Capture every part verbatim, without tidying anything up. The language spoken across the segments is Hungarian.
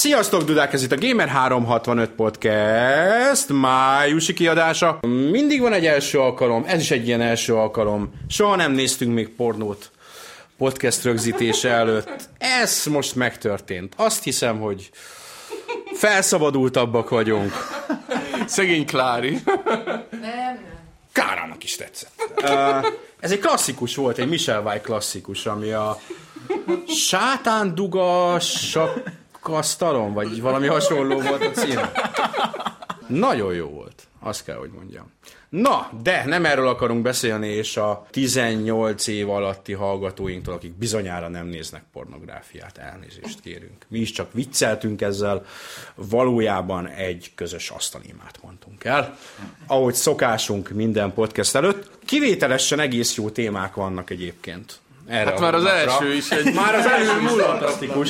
Sziasztok, dudák! Ez itt a Gamer háromszázhatvanöt Podcast májusi kiadása. Mindig van egy első alkalom, ez is egy ilyen első alkalom. Soha nem néztünk még pornót podcast rögzítése előtt. Ez most megtörtént. Azt hiszem, hogy felszabadultabbak vagyunk. Szegény Klári. Nem. Kárának is tetszett. Uh, ez egy klasszikus volt, egy Michel Weill klasszikus, ami a Sátán duga sakkasztalon, vagy valami hasonló volt a cím. Nagyon jó volt, azt kell, hogy mondjam. Na, de nem erről akarunk beszélni, és a tizennyolc év alatti hallgatóinktól, akik bizonyára nem néznek pornográfiát, elnézést kérünk. Mi is csak vicceltünk ezzel, valójában egy közös asztalimát mondtunk el. Ahogy szokásunk minden podcast előtt, kivételesen egész jó témák vannak egyébként. Erre hát már az napra. első is egy... Már az első fantasztikus.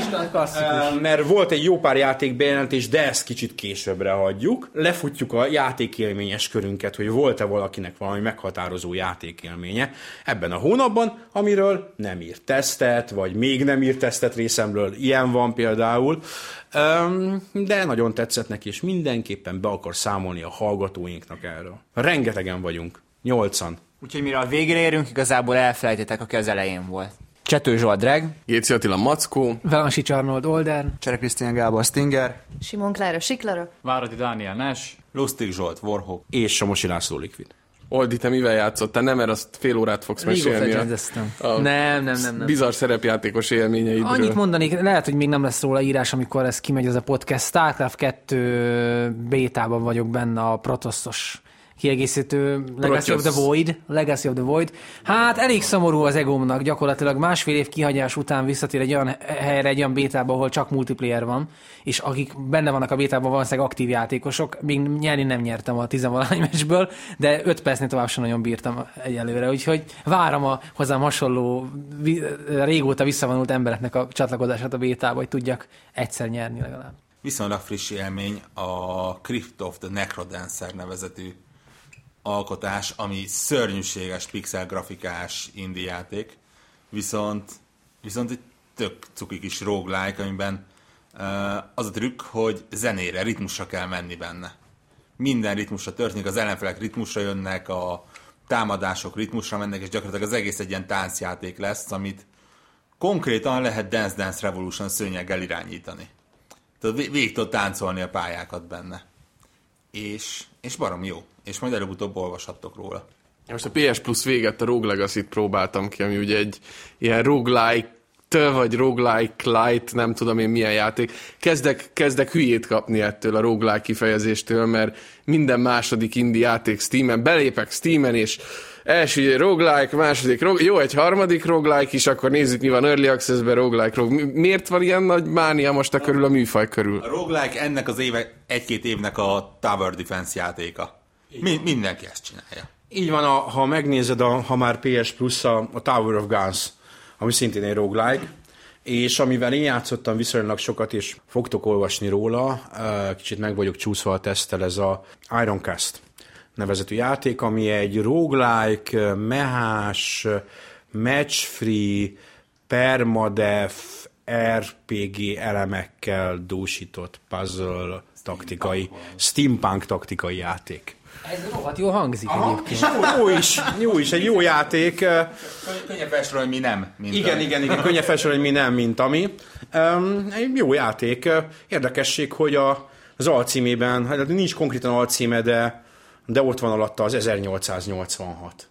Mert volt egy jó pár játékbejelentés, de ezt kicsit későbbre hagyjuk. Lefutjuk a játékélményes körünket, hogy volt-e valakinek valami meghatározó játékélménye ebben a hónapban, amiről nem írt tesztet, vagy még nem írt tesztet részemről. Ilyen van például. De nagyon tetszett neki, és mindenképpen be akar számolni a hallgatóinknak erről. Rengetegen vagyunk. Nyolcan. Úgyhogy mire a végére érünk, igazából elfelejtetek, aki az elején volt. Csető Zsolt Dreg, Géci Attila Mackó, Velansics Arnold Older, Csere Krisztián Gábor Stinger, Simon Klára Siklara, Váradi Dániel Nash, Lustig Zsolt Warhawk És Somosi László Liquid. Oldi, te mivel játszottál? Nem, mert azt fél órát fogsz League of mesélni. Legends-eztem. Nem, nem, nem, nem. Bizarr szerepjátékos élményeidről. Annyit mondanék, lehet, hogy még nem lesz róla írás, amikor ez kimegy ez a podcast. StarCraft kettő bétában vagyok benne, a Protoszos kiegészítő Legacy of the Void. Legacy of the Void. Hát elég szomorú az egómnak, gyakorlatilag másfél év kihagyás után visszatér egy olyan helyre, egy olyan bétába, ahol csak multiplayer van, és akik benne vannak a bétában, valószínűleg aktív játékosok. Még nyerni nem nyertem a tizenvalahány meccsből, de öt percnél tovább sem nagyon bírtam egyelőre, úgyhogy várom a hozzám hasonló, régóta visszavonult embereknek a csatlakozását a bétába, hogy tudjak egyszer nyerni legalább. Viszonylag friss élmény a Crypt of the Necrodancer nevezetű alkotás, ami szörnyűséges pixel grafikás indie játék, viszont, viszont egy tök cuki kis roguelike, amiben uh, az a trükk, hogy zenére, ritmusra kell menni benne. Minden ritmusra történik, az ellenfelek ritmusra jönnek, a támadások ritmusra mennek, és gyakorlatilag az egész egy ilyen táncjáték lesz, amit konkrétan lehet Dance Dance Revolution szőnyeggel irányítani. Tehát végig tudod táncolni a pályákat benne. És, és barom jó. És majd előbb-utóbb olvashattok róla. Most a pé es Plus véget a Rogue Legacy-t próbáltam ki, ami ugye egy ilyen roguelike vagy roguelike light, nem tudom én milyen játék. Kezdek, kezdek hülyét kapni ettől a roguelike kifejezéstől, mert minden második indie játék Steamen, belépek Steamen, és első roguelike, második roguelike, jó, egy harmadik roguelike is, akkor nézzük, mi van Early Access-ben roguelike, roguelike. Miért van ilyen nagy mánia most a körül, a műfaj körül? A roguelike ennek az éve, egy-két évnek a Tower Defense játéka. Mi, mindenki ezt csinálja. Így van, a, ha megnézed, a, ha már pé es Plus, a, a Tower of Guns, ami szintén egy roguelike, és amivel én játszottam viszonylag sokat, és fogtok olvasni róla, kicsit meg vagyok csúszva a teszttel, ez a Ironcast nevezetű játék, ami egy roguelike, mehás, match-free, permadeath, er pé gé elemekkel dúsított puzzle taktikai, steampunk taktikai játék. Ez rohadt jól hangzik egyébként. Jó is, jó is, egy jó játék. Könnyebb felsorolni, mi nem. Mint igen, a... igen, igen, könnyebb felsorolni, mi nem, mint ami. Um, egy jó játék. Érdekesség, hogy a, az alcímében, hát nincs konkrétan alcíme, de, de ott van alatta az ezernyolcszáznyolcvanhat.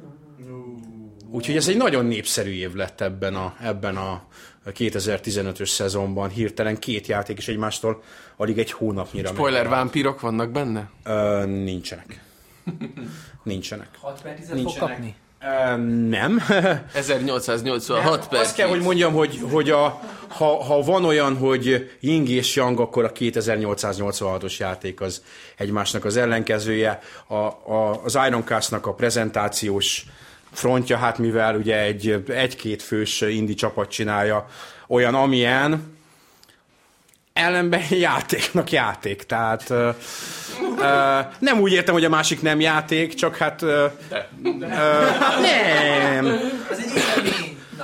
Úgyhogy ez egy nagyon népszerű év lett ebben a, ebben a kétezer-tizenötös szezonban. Hirtelen két játék is egymástól alig egy hónapnyira. Spoiler, vámpírok vannak benne? Ö, nincsenek. Nincsenek. hat per tíz fog kapni? Ö, nem. ezernyolcszáznyolcvanhat per Azt kell, hogy mondjam, hogy, hogy a, ha, ha van olyan, hogy Ying és Yang, akkor a kétezer-nyolcszáznyolcvanhatos játék az egymásnak az ellenkezője. A, a, az Ironcast-nak a prezentációs frontja, hát mivel ugye egy, egy-két fős indie csapat csinálja, olyan amilyen, ellenben játéknak játék, tehát uh, uh, nem úgy értem, hogy a másik nem játék, csak hát uh, uh, nem. Ez egy élmény. Na,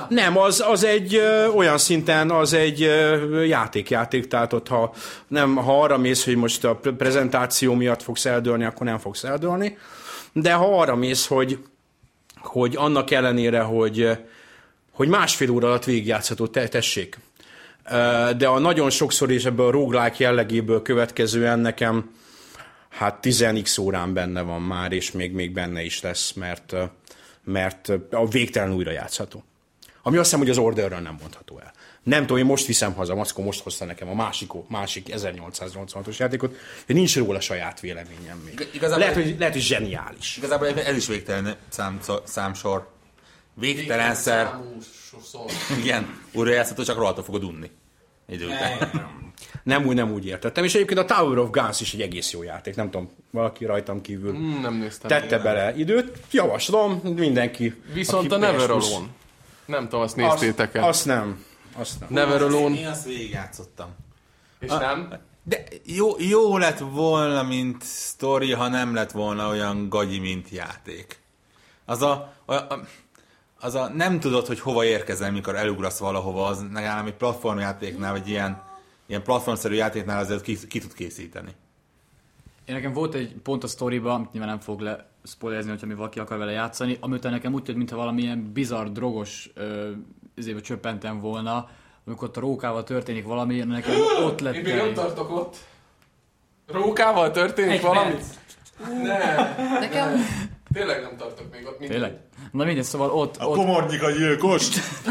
Nem, az, az egy ö, olyan szinten, az egy ö, játék-játék, tehát ott ha, nem, ha arra mész, hogy most a prezentáció miatt fogsz eldőlni, akkor nem fogsz eldőlni, de ha arra mész, hogy, hogy annak ellenére, hogy, hogy másfél óra alatt végigjátszható, te, tessék. De a nagyon sokszor és ebből a roguelike jellegéből következően nekem hát tíz x órán benne van már, és még, még benne is lesz, mert, mert a végtelen újra játszható. Ami azt hiszem, hogy az Orderről nem mondható el. Nem tudom, én most viszem haza, Mackó most hozta nekem a másik, másik ezernyolcszáznyolcvanhatos játékot, hogy nincs róla saját véleményem még. Igazából lehet, hogy, lehet, hogy zseniális. Igazából ez is végtelen szám, számsor. Végtelenszer. Igen, újra játszható, csak rohadtul fogod unni. Idő után. Nem úgy, nem úgy értettem. És egyébként a Tower of Guns is egy egész jó játék. Nem tudom, valaki rajtam kívül mm, nem néztem tette bele időt. Javaslom, mindenki. Viszont a Never Alone. Nem tudom, azt néztétek-e? Azt, azt nem. Azt nem. Never Alone. Én azt végigjátszottam. És a, nem? De jó, jó lett volna, mint sztori, ha nem lett volna olyan gagyi, mint játék. Az a, a, a az a nem tudod, hogy hova érkezel, mikor elugrasz valahova, az nekem egy platformjátéknál, vagy ilyen, ilyen platformszerű játéknál azért ki, ki tud készíteni. Én nekem volt egy pont a sztoriba, amit nyilván nem fog le spoilerezni, hogyha még valaki akar vele játszani, amitől nekem úgy tűnt, mintha valamilyen bizarr, drogos izébe csöppentem volna, amikor ott a rókával történik valami, nekem ott lett. Én még nem tartok ott. Rókával történik egy valami? perc. Nem. Nekem... Tényleg nem tartok még ott. Tényleg? Na mindegy, szóval ott... A ott... komornyika gyilkos!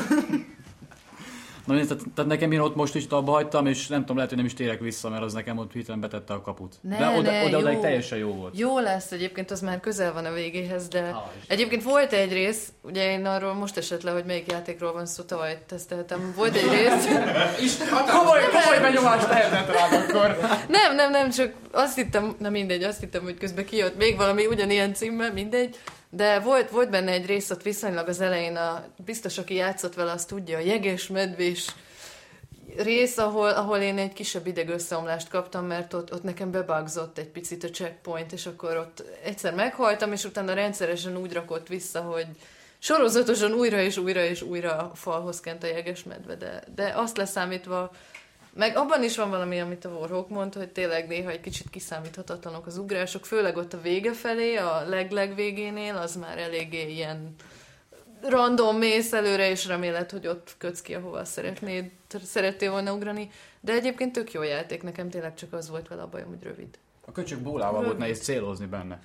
Na mindegy, tehát, tehát nekem én ott most is abba hagytam, és nem tudom, lehet, hogy nem is térek vissza, mert az nekem ott hirtelen betette a kaput. Ne, de oda, ne, oda, oda jó. teljesen jó volt. Jó lesz egyébként, az már közel van a végéhez, de Ah, egyébként volt egy rész, ugye én arról most esett le, hogy melyik játékról van szó, tavaly teszteltem. Volt egy rész... Komoly, komoly benyomást lehetett rád akkor. Nem, nem, nem, csak azt hittem, na mindegy, azt hittem, hogy közben kijött még valami ugyanilyen címmel, mindegy. De volt, volt benne egy rész ott viszonylag az elején, a, biztos aki játszott vele, azt tudja, a jeges-medvés rész, ahol, ahol én egy kisebb idegösszeomlást kaptam, mert ott, ott nekem bebugzott egy picit a checkpoint, és akkor ott egyszer meghaltam, és utána rendszeresen úgy rakott vissza, hogy sorozatosan újra és újra és újra a falhoz kent a jegesmedve, de, de azt leszámítva, meg abban is van valami, amit a Warhawk mond, hogy tényleg néha egy kicsit kiszámíthatatlanok az ugrások, főleg ott a vége felé, a leg-leg végénél, az már eléggé ilyen random mész előre, és reméled, hogy ott kötsz ki, ahova szeretnéd, szerettél volna ugrani. De egyébként tök jó játék, nekem tényleg csak az volt vele a bajom, hogy rövid. A köcsög bólával volt nehéz célozni benne.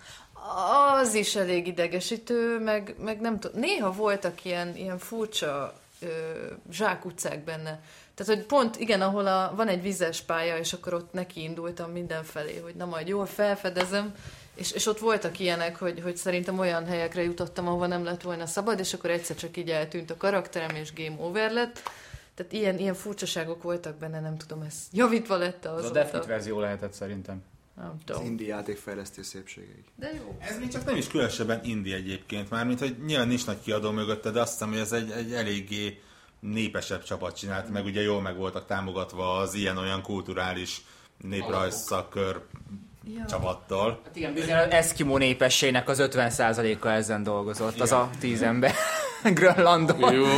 Az is elég idegesítő, meg, meg nem tudom, néha voltak ilyen, ilyen furcsa ö, zsákutcák benne. Tehát, hogy pont, igen, ahol a, van egy vizes pálya, és akkor ott nekiindultam mindenfelé, hogy na majd jól felfedezem, és, és ott voltak ilyenek, hogy, hogy szerintem olyan helyekre jutottam, ahova nem lett volna szabad, és akkor egyszer csak így eltűnt a karakterem, és game over lett. Tehát ilyen, ilyen furcsaságok voltak benne, nem tudom, ez javítva lett az. Az a Death Note verzió lehetett szerintem. Nem Az tudom. indie játékfejlesztő szépségeik. De jó. Ez még csak nem is különösebben indie egyébként, mármint, hogy nyilván nincs nagy kiadó mögötte, de azt hiszem, hogy ez egy, egy eléggé népesebb csapat csinált, meg ugye jól meg voltak támogatva az ilyen-olyan kulturális néprajzszakkör Ja. csapattal. Hát igen, bizony az Eszkimó népességnek az ötven százaléka ezen dolgozott, igen. Az a tíz ember Grönlandon. Jó,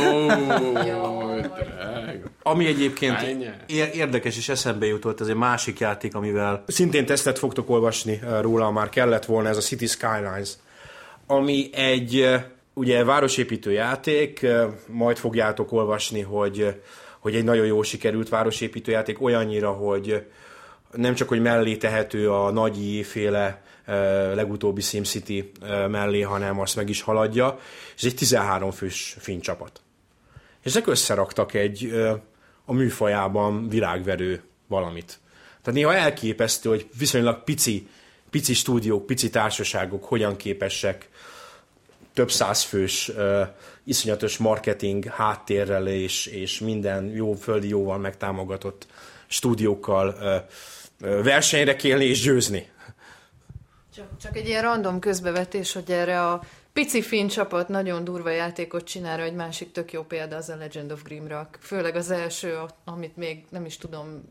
Jó. drága. Ami egyébként Ennyi. ér- érdekes és eszembe jutott, ez egy másik játék, amivel szintén tesztet fogtok olvasni róla, már kellett volna, ez a City Skylines, ami egy ugye városépítő játék, majd fogjátok olvasni, hogy, hogy egy nagyon jól sikerült városépítő játék, olyannyira, hogy nem csak, hogy mellé tehető a nagy féle legutóbbi SimCity mellé, hanem azt meg is haladja, és egy tizenhárom fős finn csapat. És ezek összeraktak egy a műfajában világverő valamit. Tehát néha elképesztő, hogy viszonylag pici, pici stúdiók, pici társaságok hogyan képesek több százfős uh, iszonyatos marketing háttérrel és, és minden jó földi jóval megtámogatott stúdiókkal uh, uh, versenyre kélni és győzni. Csak, csak egy ilyen random közbevetés, hogy erre a pici finn csapat nagyon durva játékot csinál, egy másik tök jó példa az a Legend of Grimrock. Főleg az első, amit még nem is tudom,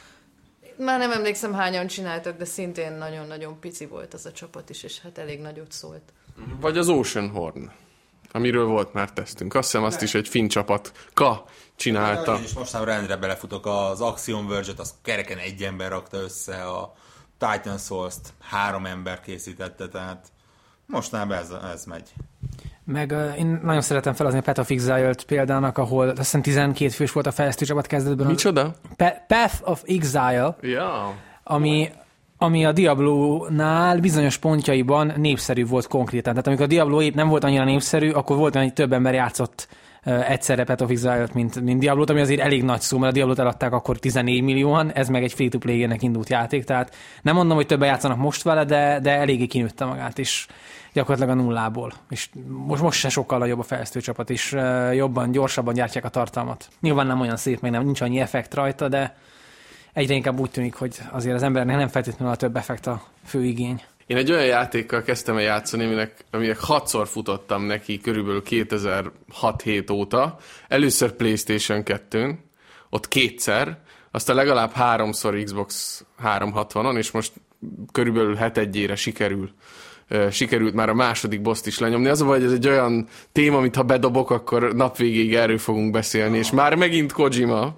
már nem emlékszem hányan csináltak, de szintén nagyon-nagyon pici volt az a csapat is, és hát elég nagyot szólt. Vagy az Oceanhorn. amiről volt már tesztünk. Azt hiszem azt is egy finn csapat Ka csinálta. És most már rendre belefutok, az Axiom Verge-et, az kereken egy ember rakta össze, a Titan Souls-t három ember készítette, tehát mostanában ez, ez megy. Meg uh, én nagyon szeretem felazni a Path of Exile-t példának, ahol azt hiszem tizenkét fős volt a fejlesztő csapat kezdetben. Micsoda? Pa- Path of Exile, Ja. ami, ami a Diablo-nál bizonyos pontjaiban népszerű volt konkrétan. Tehát amikor a Diablo épp nem volt annyira népszerű, akkor volt olyan, hogy több ember játszott uh, egyszerre Path of Exile-t, mint, mint Diablo-t, ami azért elég nagy szó, mert a Diablo-t eladták akkor tizennégy millióan, ez meg egy free-to-play-nek indult játék, tehát nem mondom, hogy többen játszanak most vele, de, de eléggé kinőtte magát, és gyakorlatilag a nullából. És most, most se sokkal jobb a fejlesztő csapat, és uh, jobban, gyorsabban gyártják a tartalmat. Nyilván nem olyan szép, meg nem, nincs annyi effekt rajta, de egyre inkább úgy tűnik, hogy azért az embernek nem feltétlenül a több effekt a fő igény. Én egy olyan játékkal kezdtem el játszani, aminek, aminek hatszor futottam neki körülbelül kétezer-hat-hét óta. Először PlayStation kettőn, ott kétszer, aztán legalább háromszor Xbox háromszázhatvanon, és most körülbelül hetedjére sikerül sikerült már a második boszt is lenyomni. Az a baj, hogy ez egy olyan téma, amit ha bedobok, akkor napvégéig erről fogunk beszélni, és már megint Kojima.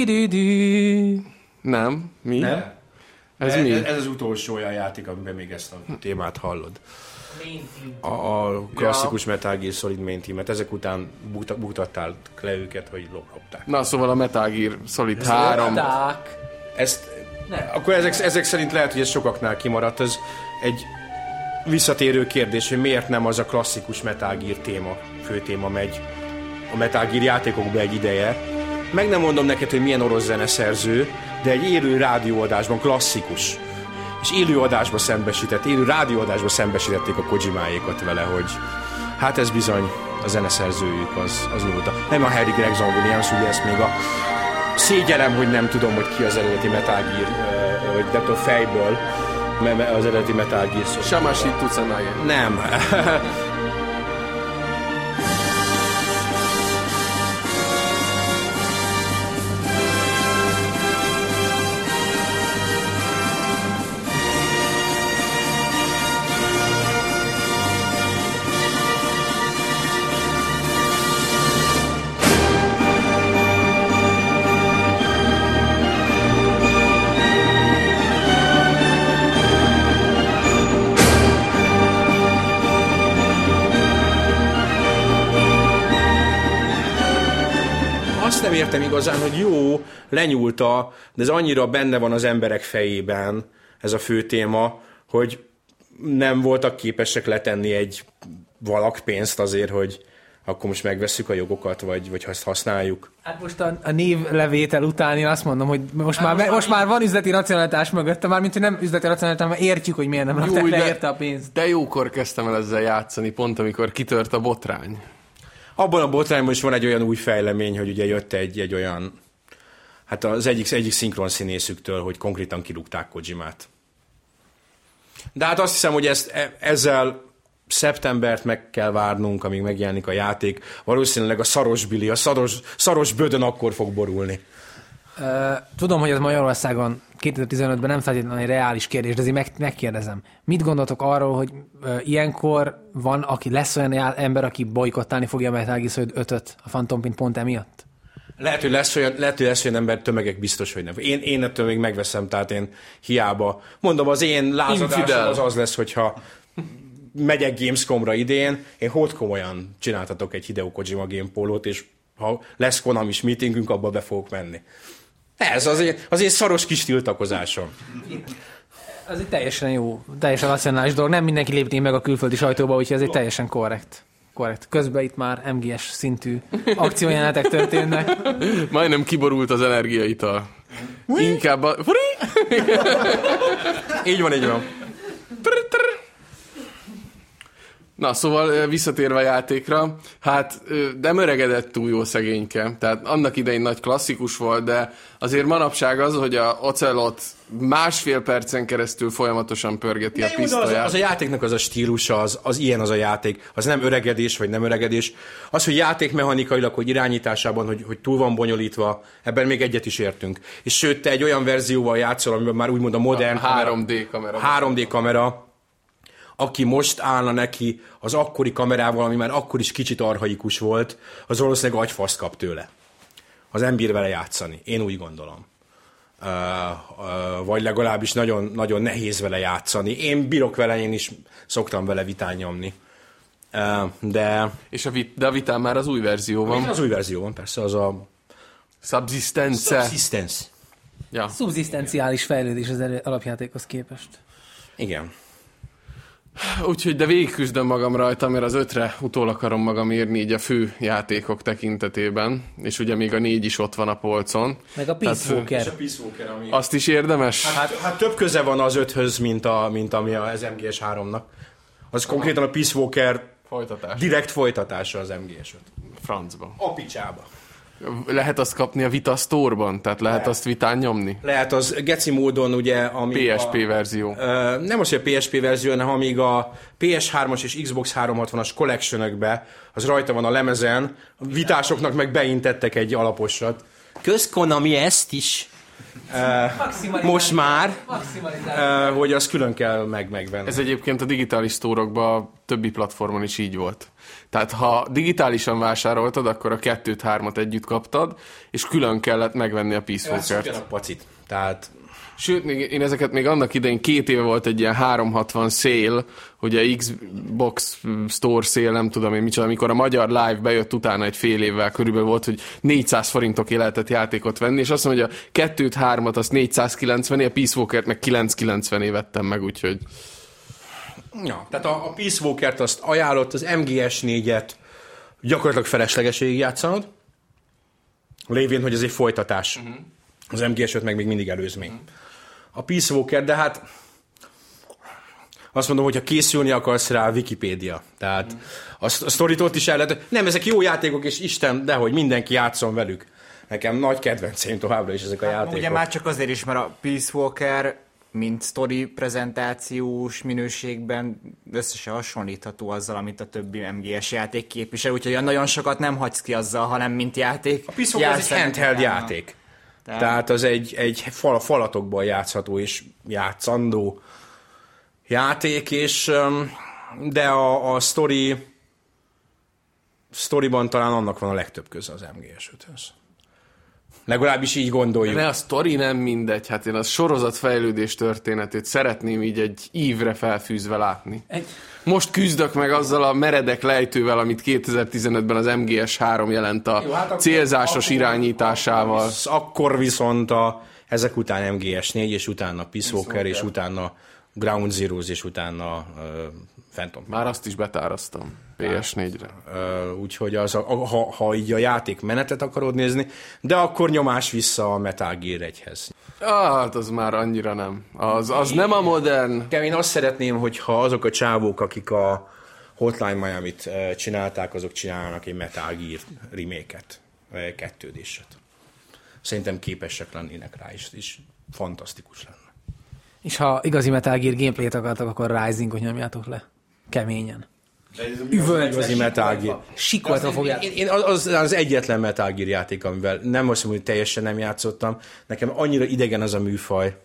Nem? Mi? Nem? Ez ez, mi? Ez az utolsó olyan játék, amiben még ezt a témát hallod. A, a klasszikus ja. Metal Gear Solid main teamet. Ezek után buktattál le őket, hogy lopták. Na, szóval a Metal Gear Solid ezt három. Ezt, akkor ezek, ezek szerint lehet, hogy ez sokaknál kimaradt. Ez egy visszatérő kérdés, hogy miért nem az a klasszikus Metal Gear téma, fő téma megy a Metal Gear játékokba egy ideje. Meg nem mondom neked, hogy milyen orosz zeneszerző, de egy élő rádióadásban klasszikus. És élőadásban szembesített, élő rádióadásban szembesítették a Kojimáékat vele, hogy hát ez bizony a zeneszerzőjük, az, az nyúlta. Nem a Harry Gregson Williams, ugye ezt még a szégyelem, hogy nem tudom, hogy ki az eredeti Metal Gear, vagy nem tudom, fejből, az eredeti Metal Gear. Shamashi Tsusanagi. Nem. Nem értem igazán, hogy jó, lenyúlta, de ez annyira benne van az emberek fejében, ez a fő téma, hogy nem voltak képesek letenni egy valakpénzt azért, hogy akkor most megvesszük a jogokat, vagy, vagy ezt használjuk. Hát most a, a névlevétel után én azt mondom, hogy most, hát már, most, most már van üzleti racionalitás mögötte, már mint hogy nem üzleti racionalitás, mert értjük, hogy miért nem rakták le érte a pénzt. De jókor kezdtem el ezzel játszani, pont amikor kitört a botrány. Abban a botrányban is van egy olyan új fejlemény, hogy ugye jött egy, egy olyan, hát az egyik, egyik szinkron színészüktől, hogy konkrétan kirúgták Kojimát. De hát azt hiszem, hogy ezt, ezzel szeptembert meg kell várnunk, amíg megjelenik a játék. Valószínűleg a szaros Billy, a szaros, szaros bödön akkor fog borulni. Tudom, hogy ez Magyarországon kétezer-tizenötben nem feltétlenül egy reális kérdés, de azért meg, megkérdezem. Mit gondoltok arról, hogy uh, ilyenkor van, aki lesz olyan ember, aki bolykottálni fogja a Metal Gear Solid ötöt a Phantom Pain pont emiatt? Lehet, hogy lesz olyan, lehet, hogy lesz olyan ember, tömegek biztos, hogy nem. Én, én ettől még megveszem, tehát én hiába. Mondom, az én lázadásom az az lesz, hogyha megyek Gamescomra idén, én hót komolyan csináltatok egy Hideo Kojima gamepólót, és ha lesz Konami-s meetingünk, abba be fogok menni. Ez az én, az én szaros kis tiltakozásom. Ez egy teljesen jó, teljesen racionális dolog. Nem mindenki lépné meg a külföldi sajtóba, úgyhogy ez egy teljesen korrekt. korrekt. Közben itt már em gé es szintű akciójelenetek történnek. Majdnem kiborult az energiaital. Inkább a... Így van, így van. Na, szóval visszatérve a játékra, hát nem öregedett túl jó szegényke. Tehát annak idején nagy klasszikus volt, de azért manapság az, hogy a Ocelot másfél percen keresztül folyamatosan pörgeti de a pisztolyát. Az, az a játéknak az a stílusa, az, az ilyen az a játék. Az nem öregedés, vagy nem öregedés. Az, hogy játékmechanikailag, hogy irányításában, hogy, hogy túl van bonyolítva, ebben még egyet is értünk. És sőt, te egy olyan verzióval játszol, amiben már úgymond a modern a három dé kamera. három dé kamera, aki most állna neki az akkori kamerával, ami már akkor is kicsit archaikus volt, az valószínűleg agyfaszt kap tőle. Az nem bír vele játszani. Én úgy gondolom. Uh, uh, vagy legalábbis nagyon, nagyon nehéz vele játszani. Én bírok vele, én is szoktam vele vitán nyomni. Uh, de... És a, vit- de a vitán már az új verzió van. Az új verzió van, persze, az a... Subsistence. Subsistence. Ja. Szubszisztenciális fejlődés az elő- alapjátékhoz képest. Igen. Úgyhogy de végigküzdöm magam rajta, mert az ötre utól akarom magam írni így a fő játékok tekintetében, és ugye még a négy is ott van a polcon. Meg a Peace Walker. Peace Walker, ami... Azt is érdemes? Hát, hát több köze van az öthöz, mint, a, mint ami az em gé es háromnak. Az konkrétan a Peace Walker Folytatás. direkt folytatása az em gé es öt. Francba. A picsába. Lehet azt kapni a Vita Store-ban? Tehát lehet, lehet azt vitán nyomni? Lehet az geci módon, ugye, ami pé es pé a, verzió. Uh, nem az, hogy a pé es pé verzió, hanem amíg a pé es hármas és Xbox háromszázhatvanas collectionökbe, az rajta van a lemezen, a vitásoknak meg beintettek egy alaposat. Kösz Konami ezt is. Uh, most már, uh, hogy azt külön kell meg megvenni. Ez egyébként a digitális sztórokban a többi platformon is így volt. Tehát ha digitálisan vásároltad, akkor a kettőt, hármat együtt kaptad, és külön kellett megvenni a Peace Walkert. A pacit. Tehát... Sőt, még, én ezeket még annak idején két éve volt egy ilyen háromszázhatvan sale, hogy a Xbox Store sale, nem tudom én micsoda, amikor a magyar live bejött utána egy fél évvel körülbelül volt, hogy négyszáz forintokért lehetett játékot venni, és azt mondom, hogy a kettőt, hármat azt négyszázkilencven, a Peace Walkert meg kilencszázkilencven vettem meg, úgyhogy... Ja, tehát a, a Peace Walkert azt ajánlott, az em gé es négyet gyakorlatilag felesleges végig játszanod, lévén, hogy ez egy folytatás. Uh-huh. Az em gé es öt meg még mindig előzmény. Uh-huh. A Peace Walker, de hát azt mondom, hogy ha készülni akarsz rá, Wikipédia. Tehát uh-huh. a, a sztorit ott is el lehet, nem, ezek jó játékok, és Isten, de hogy mindenki játszon velük. Nekem nagy kedvenceim továbbra is ezek a hát, játékok. Ugye már csak azért is, mert a Peace Walker mint sztori prezentációs minőségben összesen hasonlítható azzal, amit a többi em gé es játék képvisel, úgyhogy olyan nagyon sokat nem hagysz ki azzal, hanem mint játék. A Peace Walker az egy handheld játék. Tehát, Tehát az egy, egy fal, falatokban játszható és játszandó játék, és de a, a sztori sztoriban talán annak van a legtöbb köze az em gé es öthöz. Legalábbis így gondoljuk. De a sztori nem mindegy, hát én a sorozatfejlődés történetét szeretném így egy ívre felfűzve látni. Egy... Most küzdök meg azzal a meredek lejtővel, amit kétezer-tizenötben az em gé es három jelent a Jó, hát célzásos akkor, irányításával. Akkor, akkor viszont a, ezek után em gé es négy, és utána Peace Walker, és utána Ground Zeroes, és utána uh, Phantom. Már azt is betáraztam pé es négyre. Uh, úgyhogy az a, ha, ha így a játék menetet akarod nézni, de akkor nyomás vissza a Metal Gear egyhez. Ah, hát az már annyira nem. Az, az nem a modern. Én azt szeretném, hogyha azok a csávók, akik a Hotline Miamit csinálták, azok csinálnak egy Metal Gear remake-et, kettődéset. Szerintem képesek lennének rá is, és fantasztikus lenne. És ha igazi Metal Gear gameplayt akartak, akkor Rising-ot nyomjátok le. Keményen. Üvöltve Metal Gear. Sikoltra fogják. Én, én az, az egyetlen Metal Gear játék, amivel nem azt mondom, hogy teljesen nem játszottam. Nekem annyira idegen az a műfaj.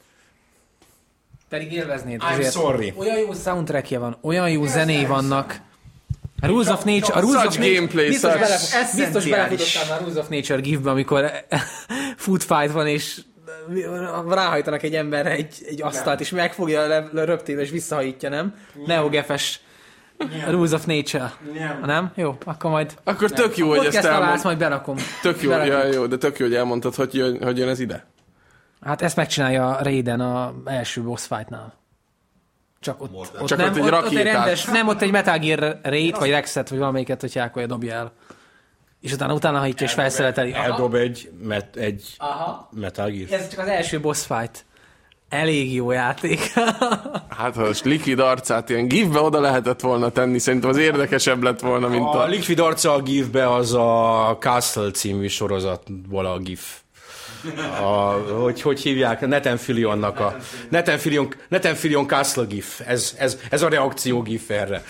Pedig élveznéd. I'm sorry. Olyan jó soundtrackje van, olyan jó zenéi vannak. A Rules of Nature, a Rules of Nature, gameplay, biztos, such... bele, biztos belefutottál már a Rules of Nature gifbe, amikor food fight van, és ráhajtanak egy emberre egy, egy asztalt, és megfogja le, le röptében, és visszahajítja, nem? Neogefes Rules of Nature. Nem. nem? Jó, akkor majd... Akkor nem. Tök jó, hogy ezt elmondtad. Majd berakom. Tök jó, berakom. Ja, jó, de tök jó, hogy elmondtad, hogy jön, hogy jön ez ide. Hát ezt megcsinálja Raiden az első boss fightnál. Csak ott, ott, Csak nem, ott egy ott, rakétát. Ott egy rendes, nem, ott egy Metal Gear Raid, vagy Rexet, vagy valamelyiket, hogy Jákolja dobja el. És utána utána hajtja és felszeleteli. Eldob egy, met, egy Metal Gear. Ez csak az első boss fight. Elég jó játék. Hát ha a Liquid arcát ilyen gifbe oda lehetett volna tenni, szerintem az érdekesebb lett volna, mint a... A Liquid arca a gifbe az a Castle című sorozatból a gif. A, hogy, hogy hívják? Netenfilionnak a... Netenfilion, Netenfilion Castle gif. Ez, ez, ez a reakció gif erre.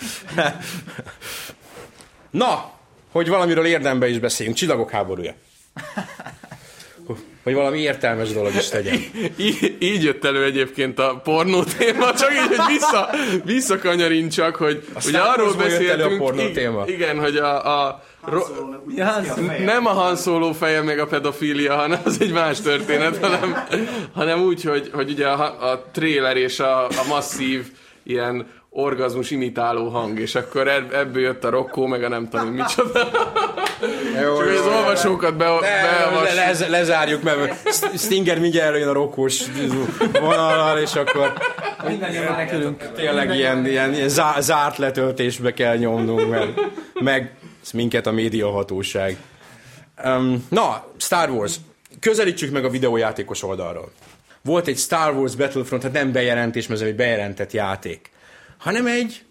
Na, hogy valamiről érdemben is beszéljünk. Csillagok háborúja. hogy valami értelmes dolog is tegyen. Így, így jött elő egyébként a pornó téma, csak így, hogy vissza, visszakanyarincsak, hogy Aztán ugye arról beszéltünk, a pornó igen, téma. igen, hogy a, a ro, nem a Han Solo feje meg a pedofília, hanem az egy más történet, hanem, hanem úgy, hogy, hogy ugye a, a trailer és a, a masszív ilyen orgazmus imitáló hang, és akkor ebből jött a Rocco, meg a nem tudom, micsoda. Jó, csak hogy az olvasókat be, beavas. Le, le, lezárjuk, mert Stinger mindjárt előjön a Roccós vonalal, és akkor Mindannyian menekülünk. tényleg ilyen, ilyen, ilyen zá, zárt letöltésbe kell nyomnunk, mert meg minket a médiahatóság. Um, na, Star Wars. Közelítsük meg a videójátékos oldalról. Volt egy Star Wars Battlefront, hát nem bejelentés, mert ez egy bejelentett játék, hanem egy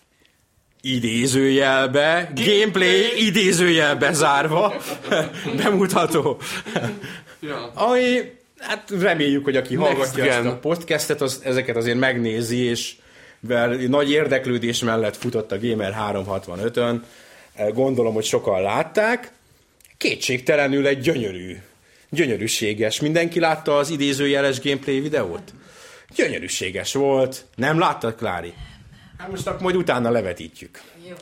idézőjelbe, gameplay idézőjelbe zárva bemutató. Ja. Ami, hát reméljük, hogy aki Next hallgatja gen. ezt a podcastet, az ezeket azért megnézi, és nagy érdeklődés mellett futott a Gamer háromszázhatvanötön. Gondolom, hogy sokan látták. Kétségtelenül egy gyönyörű, gyönyörűséges. Mindenki látta az idézőjeles gameplay videót? Gyönyörűséges volt. Nem láttad, Klári? Hát most akkor majd utána levetítjük. Jó.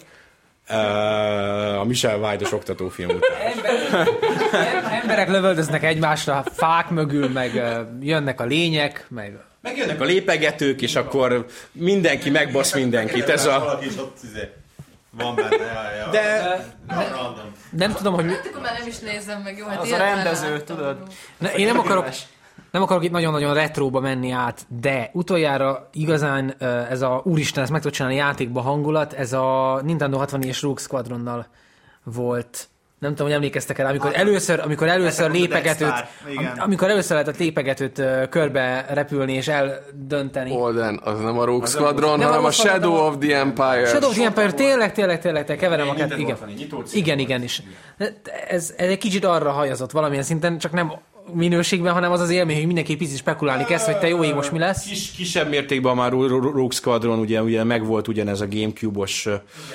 Uh, a Michel Vájdos oktatófilm után. Emberek lövöldöznek egymásra, fák mögül, meg uh, jönnek a lények, meg... Megjönnek a lépegetők, és akkor mindenki megbasz mindenkit. Ez a... Valaki is ott izé van benne, ja, ja. De... Random. Nem tudom, hogy... Hát akkor már nem is nézem meg, jó? Hát Az ilyet a már rendező, láttam. tudod? Ne, én nem akarok, nem akarok itt nagyon-nagyon retróba menni át, de utoljára igazán uh, ez a úristen, ezt meg tud csinálni játékba hangulat, ez a Nintendo hatvannégyes Rogue Squadronnal volt. Nem tudom, hogy emlékeztek el, amikor először, amikor először lépegetőt, am, amikor először lehetett lépegetőt uh, körbe repülni és eldönteni. Olden, az nem a Rogue Squadron, Nem a hanem a Rogue Squadron, Shadow a- of the Empire. Shadow of the Empire, tényleg, tényleg, tényleg, te keverem a kettőt, igen. Igen. Igen, igen is. Ez, ez egy kicsit arra hajazott valamilyen szinten, csak nem minőségben, hanem az az élmény, hogy mindenki picit spekulálni kezd, hogy te jó ég, most mi lesz. Kis, kisebb mértékben már Rogue Squadron ugye, ugye megvolt ugyanez a Gamecube-os,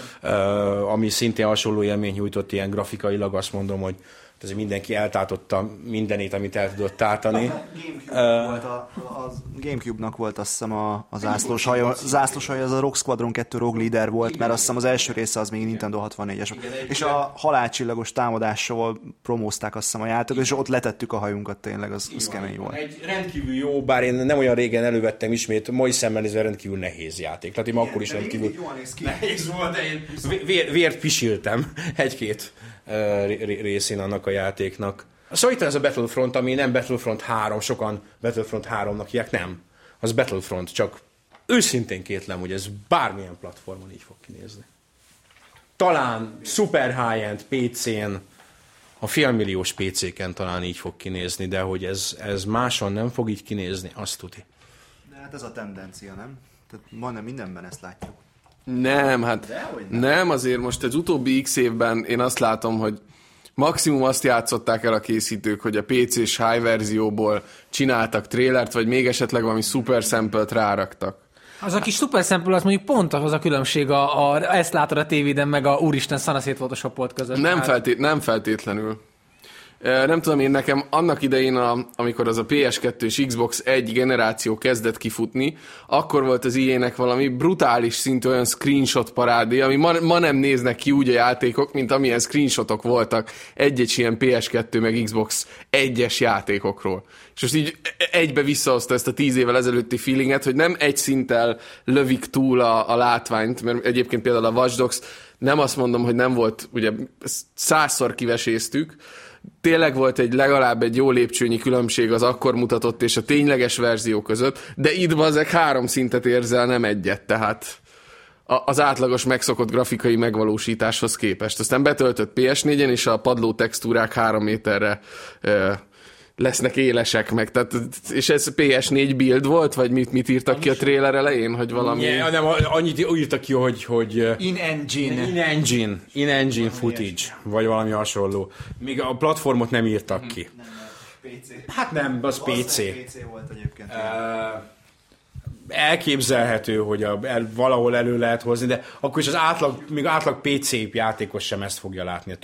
uh, ami szintén hasonló élmény nyújtott ilyen grafikailag, azt mondom, hogy azért mindenki eltátotta mindenét, amit el tudott tátani. Gamecube volt a, az Gamecube-nak volt azt hiszem a, a zászlós haja, zászlós haja, az a Rogue Squadron kettő Rogue Leader volt, mert azt hiszem az első része az még Nintendo hatvannégyes volt. És a halálcsillagos támadással promózták azt hiszem a játékot, és ott letettük a hajunkat tényleg, az, az kemény volt. Egy rendkívül jó, bár én nem olyan régen elővettem ismét, mai szemmel nézve rendkívül nehéz játék. Tehát én akkor is rendkívül nehéz volt, de én vér, vért pisiltem egy-két uh, részén annak a játéknak. Szóval itt ez a Battlefront, ami nem Battlefront három, sokan Battlefront háromnak hívják, nem. Az Battlefront, csak őszintén kétlem, hogy ez bármilyen platformon így fog kinézni. Talán super high-end pé cén, a félmilliós pé céken talán így fog kinézni, de hogy ez, ez máson nem fog így kinézni, azt tuti. De hát ez a tendencia, nem? Tehát majdnem mindenben ezt látjuk. Nem, hát Dehogy nem. nem, azért most az utóbbi x évben én azt látom, hogy maximum azt játszották el a készítők, hogy a pé cés high verzióból csináltak trélert, vagy még esetleg valami super sample-t ráraktak. Az a kis Super Sample, az mondjuk pont az a különbség, a, a, ezt látod a tévéden, meg a úristen szanaszét photoshopolt között. Nem, Hát, feltét, nem feltétlenül. E, Nem tudom én, nekem annak idején, a, amikor az a pé es kettő és Xbox egy generáció kezdett kifutni, akkor volt az í á-nek valami brutális szintű olyan screenshot parádé, ami ma, ma nem néznek ki úgy a játékok, mint amilyen screenshotok voltak egy-egy ilyen pé es kettő meg Xbox egyes játékokról. És most így egybe visszahozta ezt a tíz évvel ezelőtti feelinget, hogy nem egy szinttel lövik túl a, a látványt, mert egyébként például a Watch Dogs nem azt mondom, hogy nem volt, ugye százszor kiveséztük, tényleg volt egy legalább egy jó lépcsőnyi különbség az akkor mutatott és a tényleges verzió között, de itt ezek három szintet érzel, nem egyet, tehát a, az átlagos megszokott grafikai megvalósításhoz képest. Aztán betöltött pé es négyen, és a padló textúrák három méterre e, lesznek élesek meg, tehát, és ez pé es négy build volt, vagy mit, mit írtak ki a trailer elején, hogy valami... Yeah, nem, annyit írtak ki, hogy, hogy In-engine. in-engine, in-engine footage, vagy valami hasonló. Még a platformot nem írtak ki. pé cé. Hát nem, az pé cé. pé cé volt egyébként. Uh, elképzelhető, hogy a, el, valahol elő lehet hozni, de akkor is az átlag, még átlag pé cé játékos sem ezt fogja látni a tuti.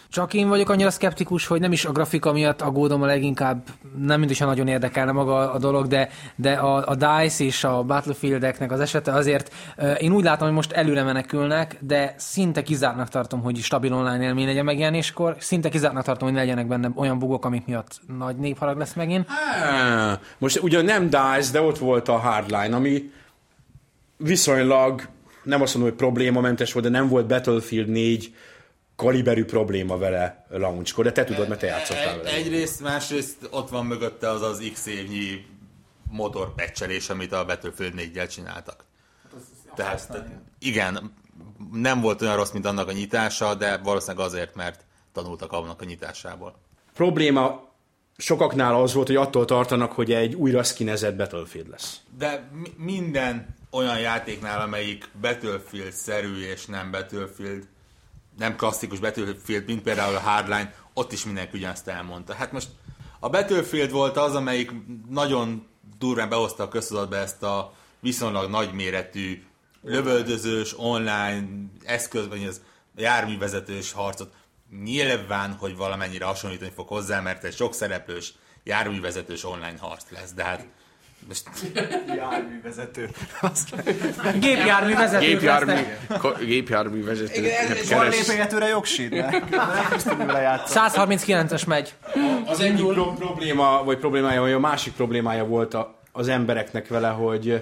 Csak én vagyok annyira szkeptikus, hogy nem is a grafika miatt aggódom a leginkább, nem mindig nagyon érdekelne maga a dolog, de, de a, a DICE és a Battlefield-eknek az esete azért uh, én úgy látom, hogy most előre menekülnek, de szinte kizártnak tartom, hogy stabil online élmény legyen megjelenéskor, szinte kizártnak tartom, hogy legyenek benne olyan bugok, amik miatt nagy népharag lesz megint. Há, most ugyan nem DICE, de ott volt a Hardline, ami viszonylag, nem azt mondom, hogy problémamentes volt, de nem volt Battlefield négy kaliberű probléma vele launchkor, de te tudod, mert te játszottál vele. Egyrészt, másrészt ott van mögötte az az X évnyi motorpecselés, amit a Battlefield néggyel csináltak. Tehát, tehát igen, nem volt olyan rossz, mint annak a nyitása, de valószínűleg azért, mert tanultak annak a nyitásából. Probléma sokaknál az volt, hogy attól tartanak, hogy egy újra skinezett Battlefield lesz. De mi- minden olyan játéknál, amelyik Battlefield-szerű és nem Battlefield, nem klasszikus Battlefield, mint például a Hardline, ott is mindenki ugyanazt elmondta. Hát most a Battlefield volt az, amelyik nagyon durván behozta a köztudatba ezt a viszonylag nagyméretű, lövöldözős, online eszközben, az járművezetős harcot. Nyilván, hogy valamennyire hasonlítani fog hozzá, mert egy sok szereplős, járművezetős online harc lesz, de hát most... Járművezető. Gépjárművezetők Gépjármű, lesznek. ko- gépjárművezető. Van lépégetőre jogsid, ne? Nem is tudjuk lejátszani. száz harminckilences megy. Az egyik pro- probléma, vagy problémája, vagy a másik problémája volt a, az embereknek vele, hogy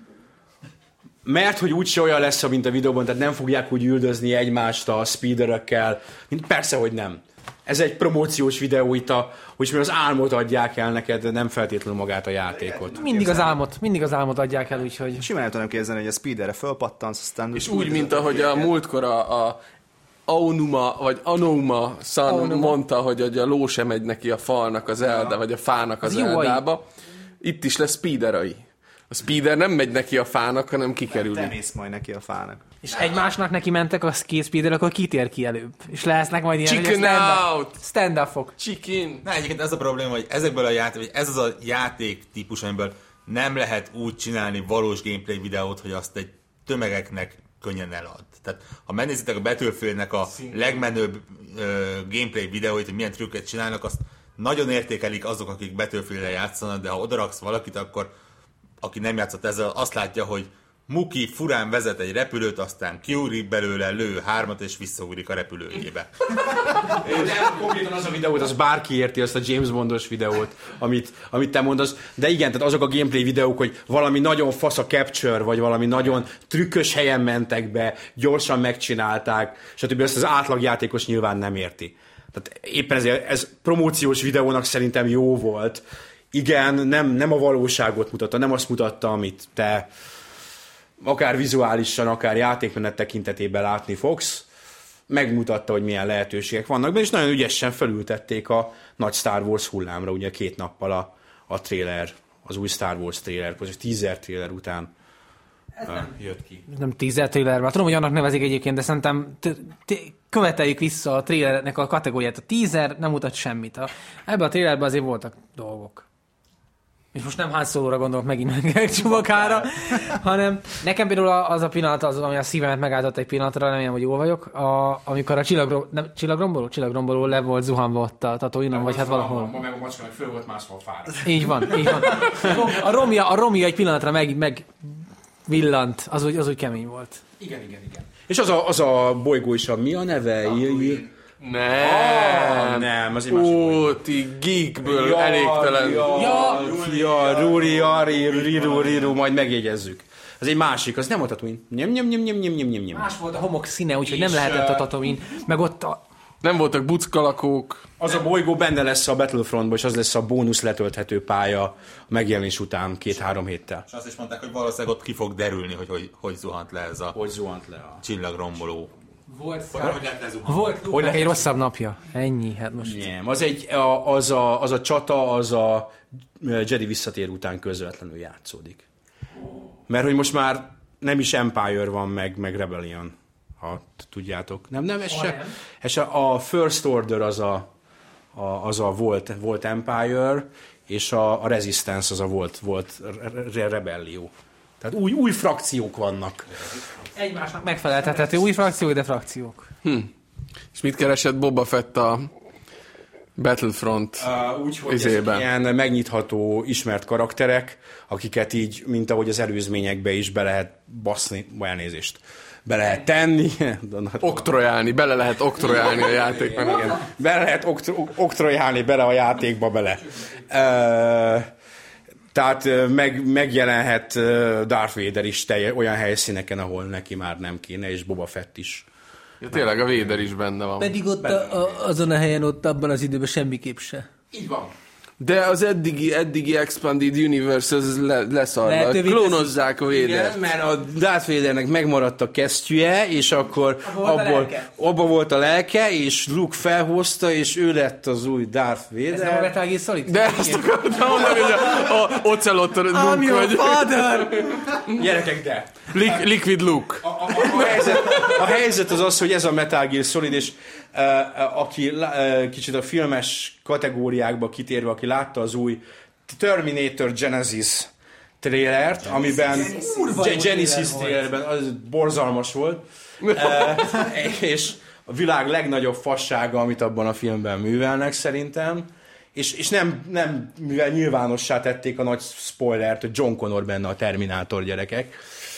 mert hogy úgyse olyan lesz, mint a videóban, tehát nem fogják úgy üldözni egymást a speederökkel, mint persze, hogy nem. Ez egy promóciós videó itt, a, hogy az álmot adják el neked, de nem feltétlenül magát a játékot. Mindig az álmot, mindig az álmot adják el, úgyhogy... Simán el tudom képzelni, hogy a speederre fölpattansz, aztán... És úgy, mint ahogy a múltkor a, a Aonuma, vagy Anouma San Aonuma. mondta, hogy a ló sem megy neki a falnak az elde, vagy a fának az, Az jó eldába. Itt is lesz speederai. A speeder nem megy neki a fának, hanem kikerül. Te mész majd neki a fának. És egymásnak neki mentek a két speeder, akkor kitér ki előbb. És lesznek majd ilyen, Chicken hogy stand-up- out! stand-upok. Chicken! Na, egyébként ez a probléma, hogy ezekből a játék, vagy ez az a játék típus, amiből nem lehet úgy csinálni valós gameplay videót, hogy azt egy tömegeknek könnyen elad. Tehát ha megnézitek a Battlefieldnek a legmenőbb ö, gameplay videóit, hogy milyen trükket csinálnak, azt nagyon értékelik azok, akik Battlefield-re játszanak, de ha odaraksz valakit, akkor aki nem játszott ezzel, azt látja, hogy Muki furán vezet egy repülőt, aztán kiugrik belőle, lő hármat, és visszaugrik a repülőjébe. Nem, konkrétan az a videót, az bárki érti, azt a James Bondos videót, amit, amit te mondasz. De igen, tehát azok a gameplay videók, hogy valami nagyon fasz a capture, vagy valami nagyon trükkös helyen mentek be, gyorsan megcsinálták, stb. Ezt az átlagjátékos nyilván nem érti. Tehát éppen ezért ez promóciós videónak szerintem jó volt. Igen, nem, nem a valóságot mutatta, nem azt mutatta, amit te akár vizuálisan, akár játékmenet tekintetében látni fogsz. Megmutatta, hogy milyen lehetőségek vannak benne, és nagyon ügyesen felültették a nagy Star Wars hullámra, ugye két nappal a, a trailer, az új Star Wars trailer, az teaser trailer után uh, jött ki. Nem teaser trailer, már tudom, hogy annak nevezik egyébként, de szerintem t- t- követeljük vissza a trailernek a kategóriát. A teaser nem mutat semmit. A, ebben a trailerben azért voltak dolgok. És most nem Han Solo-ra gondolok megint meg Chewbacca-ra, hanem nekem például az a pillanat, az, ami a szívemet megálltott egy pillanatra, remélem, hogy jól vagyok, a, amikor a csillagrom, nem, csillagromboló? Csillagromboló le volt zuhanva ott a Tatooine-on, vagy hát valahol. Meg a macska meg föl volt mászva a fára. Így van, így van. A Romja, a Romja egy pillanatra meg, meg villant, az úgy, az úgy kemény volt. Igen, igen, igen. És az a, az a bolygó is, a mi a neve? Nem! Ah, nem, az egy másik bolygó. Ó, ti geekből elégtelen. Ja, ja, ja, Ruri, Ari, Riru, Riru, majd megjegyezzük. Az egy másik, az nem a Tatooine. Nyem, nyem, nyem, nyem, nyem, nyem, nyem, nyem. Más volt a homok színe, úgyhogy nem És, lehetett a uh, Tatooine. Meg ott a... Nem voltak buckalakók. Az a bolygó benne lesz a Battlefrontban, és az lesz a bónusz letölthető pálya a megjelenés után két-három héttel. És azt is mondták, hogy valószínűleg ott ki fog derülni, hogy hogy, hogy zuhant le ez a Hogy zuhant le a... csillagromboló. Volt, Hogy lehet lezuhanni? volt Luke-nak egy rosszabb napja. Ennyi, hát most... Nem, az, egy, a, az, a, az a csata, az a Jedi visszatér után közvetlenül játszódik. Mert hogy most már nem is Empire van meg, meg Rebellion, ha tudjátok. Nem, nem, ez se, ez se, a First Order az a, a, az a volt, volt Empire, és a, a Resistance az a volt, volt re, Rebellió. Tehát új, új frakciók vannak. Egymásnak megfeleltethető új frakciók, de frakciók. Hm. És mit keresett Boba Fett a Battlefront Uh, úgy, hogy ezek ilyen megnyitható, ismert karakterek, akiket így, mint ahogy az előzményekbe is be lehet baszni, elnézést, be lehet tenni. Oktrojálni, bele lehet oktrojálni a játékban. Igen. Be lehet oktro- oktrojálni bele a játékba bele. Uh, tehát meg, megjelenhet Darth Vader is telje, olyan helyszíneken, ahol neki már nem kéne, és Boba Fett is. Ja, tényleg a Vader is benne van. Pedig ott a, a, azon a helyen, ott abban az időben semmiképp se. Így van. De az eddigi, eddigi Expanded Universe az le, leszarva. Klónozzák a Vadert. Igen, mert a Darth Vadernek megmaradt a kesztyűje, és akkor abból, abból volt a lelke, és Luke felhozta, és ő lett az új Darth Vader. Ez nem a Metal Gear Solid? De azt akartam mondani, hogy a, a Ocelot a Luke vagy. Father! Gyerekek, de! Li- Liquid Luke. A, a, a, helyzet, a helyzet az az, hogy ez a Metal Gear Solid, és uh, aki uh, kicsit a filmes kategóriákba kitérve, aki látta az új Terminator Genesis trailert, amiben Genesis, Genesis trailerben, az borzalmas volt, uh, és a világ legnagyobb fassága, amit abban a filmben művelnek szerintem, és, és nem, nem, mivel nyilvánossá tették a nagy spoilert, hogy John Connor benne a Terminátor, gyerekek,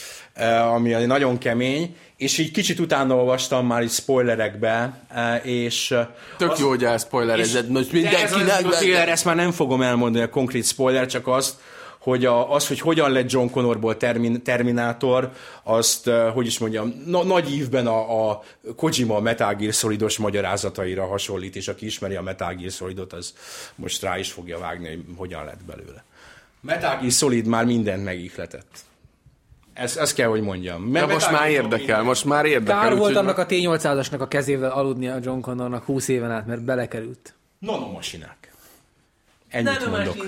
ami nagyon kemény, és így kicsit utána olvastam már így spoilerekbe, és... Tök jó, hogy elszpoilerezed. Most mindenkinek... Ezt már nem fogom elmondani a konkrét spoiler, csak azt, hogy a, az, hogy hogyan lett John Connorból termin, Terminátor, azt, hogy is mondjam, na, nagy ívben a, a Kojima Metal Gear Solidos magyarázataira hasonlít, és aki ismeri a Metal Gear Solidot, az most rá is fogja vágni, hogy hogyan lett belőle. Metal Gear Solid már mindent megihletett. Ezt, ezt kell, hogy mondjam. De most már érdekel, most már érdekel. Kár volt annak a T nyolcszázasnak a kezével aludni a John Connornak húsz éven át, mert belekerült. Nanomasinák. Ennyit mondok.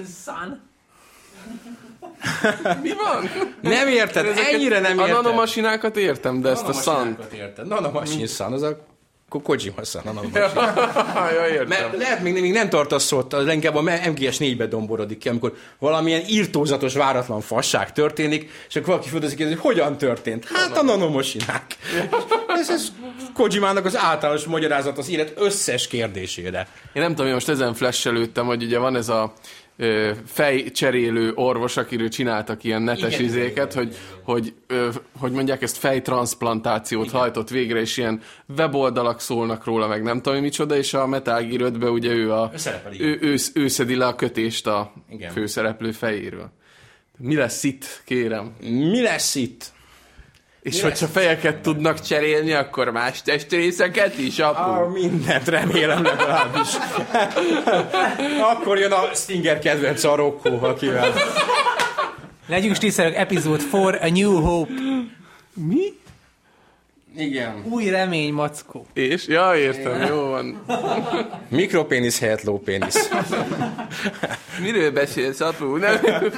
Mi van? Nem érted, ennyire nem érted. A nanomasinákat értem, de ezt a Sun. Nanomasin Sun, az a Kojima Sun, a nanomasin. Ja, értem. Mert lehet még, még nem tartasz ott, az inkább a em gé es négybe domborodik ki, amikor valamilyen írtózatos, váratlan fasság történik, és akkor valaki földozik, hogy hogyan történt? Hát a nanomasinák. Ez, ez Kojimának az általános magyarázat az élet összes kérdésére. Én nem tudom, hogy most ezen flash-elődtem, hogy ugye van ez a fejcserélő orvos, akiről csináltak ilyen netes igen, izéket, igen, hogy, igen. Hogy, hogy, hogy mondják, ezt fejtranszplantációt igen. hajtott végre, és ilyen weboldalak szólnak róla, meg nem tudom, micsoda, és a Metal Gear ötben ugye ő, a, ő, ő, ő szedi le a kötést a igen. főszereplő fejéről. Mi lesz itt, kérem? Mi lesz itt? És mi hogyha lesz? Fejeket tudnak cserélni, akkor más testrészeket is, apu? Ah, mindent remélem legalábbis. Akkor jön a Stinger kedvenc, a Rocco, akivel... Legyünk stíszerek, epizód for a New Hope. Mi? Igen. Új remény, mackó. És? Ja, értem, jó van. Mikropénisz helyett lópénisz. Miről beszélsz, apu? Nem?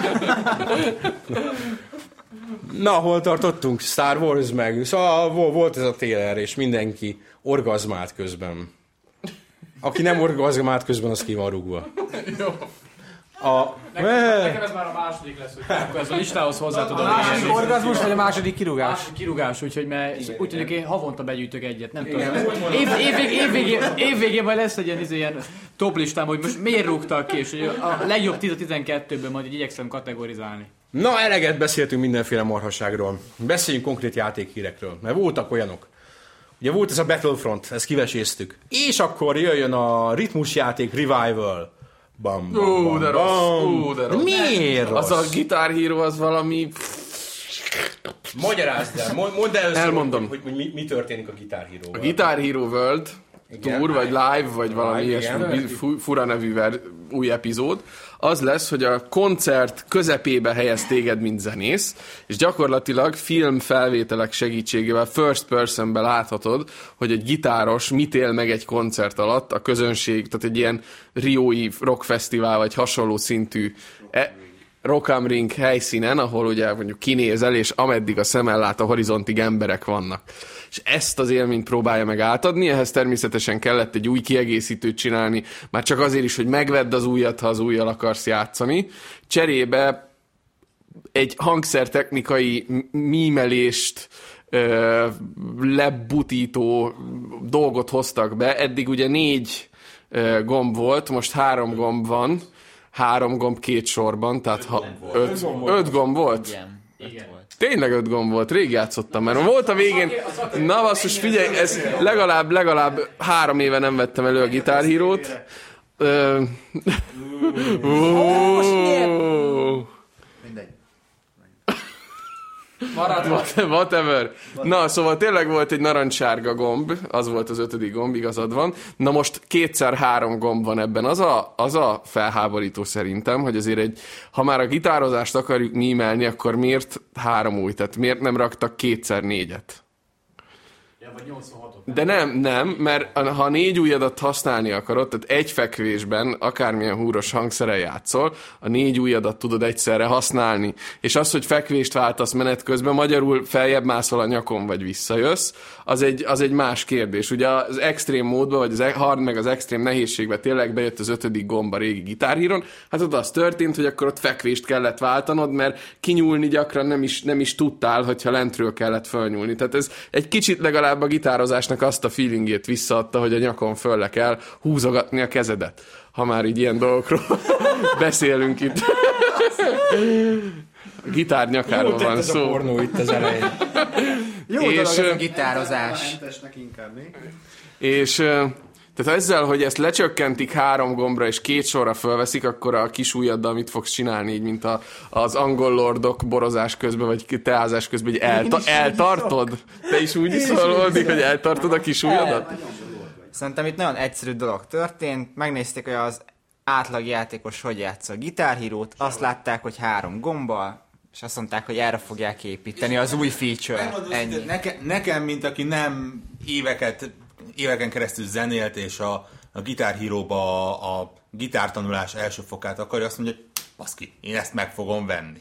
Na, hol tartottunk? Star Wars meg. Szóval volt ez a trailer, és mindenki orgazmált közben. Aki nem orgazmált közben, az ki van rúgva. Jó. A... Nekem, nekem ez már a második lesz, hogy akkor ez a listához hozzá tudom. A második orgazmus, vagy a második kirúgás? A második kirúgás, úgyhogy mert úgy tűnik, én havonta begyűjtök egyet, nem tudom. Év, évvég, évvégén, évvégén majd lesz egy ilyen, ilyen top listám, hogy most miért rúgtak ki, és hogy a legjobb tíz-tizenkettőből majd igyekszem kategorizálni. Na, eleget beszéltünk mindenféle marhaságról. Beszéljünk konkrét játékhírekről, mert voltak olyanok. Ugye volt ez a Battlefront, ezt kiveséztük. És akkor jöjjön a ritmusjáték Revival. Bam, bam, Ó, bam, de rossz, ó, de rossz. Miért rossz? Az a Guitar Hero az valami... Magyarázd el, mondd el először, elmondom. Hogy, hogy mi, mi történik a Guitar Hero-val. A Guitar Hero World igen, Tour, vagy live, vagy live, valami ilyesmi fura nevű új epizód, az lesz, hogy a koncert közepébe helyez téged, mint zenész, és gyakorlatilag filmfelvételek segítségével first personbe láthatod, hogy egy gitáros mit él meg egy koncert alatt, a közönség, tehát egy ilyen riói rockfesztivál, vagy hasonló szintű e- Rock am Ring helyszínen, ahol ugye mondjuk kinézel, és ameddig a szemmel lát, a horizontig emberek vannak. És ezt az élményt próbálja meg átadni, ehhez természetesen kellett egy új kiegészítőt csinálni, már csak azért is, hogy megvedd az újat, ha az újjal akarsz játszani. Cserébe egy hangszertechnikai mímelést ö, lebutító dolgot hoztak be. Eddig ugye négy ö, gomb volt, most három gomb van. Három gomb két sorban, tehát ha öt, öt gomb volt. Igen. Igen. Tényleg öt gomb volt, rég játszottam, mert volt a végén, na basszus, figyelj, ez legalább, legalább három éve nem vettem elő a Guitar Hero-t. Mindegy. Whatever. Na, szóval tényleg volt egy narancssárga gomb, az volt az ötödik gomb, igazad van. Na most kétszer három gomb van ebben. Az a, az a felháborító szerintem, hogy azért egy, ha már a gitározást akarjuk mímelni, akkor miért három új? Tehát miért nem raktak kétszer négyet? De nem, nem, mert ha négy ujjadat használni akarod, tehát egy fekvésben, akármilyen húros hangszeren játszol, a négy ujjadat tudod egyszerre használni. És az, hogy fekvést váltasz menet közben, magyarul feljebb mászol a nyakon, vagy visszajössz, az egy, az egy más kérdés. Ugye az extrém módban, vagy az hard meg az extrém nehézségben tényleg bejött az ötödik gomb a régi Guitar Hero-n, hát ott az történt, hogy akkor ott fekvést kellett váltanod, mert kinyúlni gyakran nem is, nem is tudtál, hogyha lentről kellett fölnyúlni. Tehát ez egy kicsit legalább a gitározásnak azt a feelingét visszaadta, hogy a nyakon fölle kell húzogatni a kezedet. Ha már így ilyen dolgokról beszélünk itt. A gitár nyakáról van ez szó. a pornó itt az elején. Jó és, dolog ez a gitározás. És tehát ezzel, hogy ezt lecsökkentik három gombra és két sorra fölveszik, akkor a kis ujjaddal mit fogsz csinálni, így mint a, az angol lordok borozás közben, vagy teázás közben, hogy elta- eltartod? Te is úgy iszol, hogy eltartod a kis ujjadat? Szerintem itt nagyon egyszerű dolog történt. Megnézték, hogy az átlag játékos hogy játsza a Guitar Hero-t, azt látták, hogy három gombbal, és azt mondták, hogy erre fogják építeni az új feature. Ennyi. Nekem, nekem, mint aki nem éveket, éveken keresztül zenélt, és a, a Guitar Hero-ba a, a gitártanulás első fokát akarja, azt mondja, hogy baszki, én ezt meg fogom venni.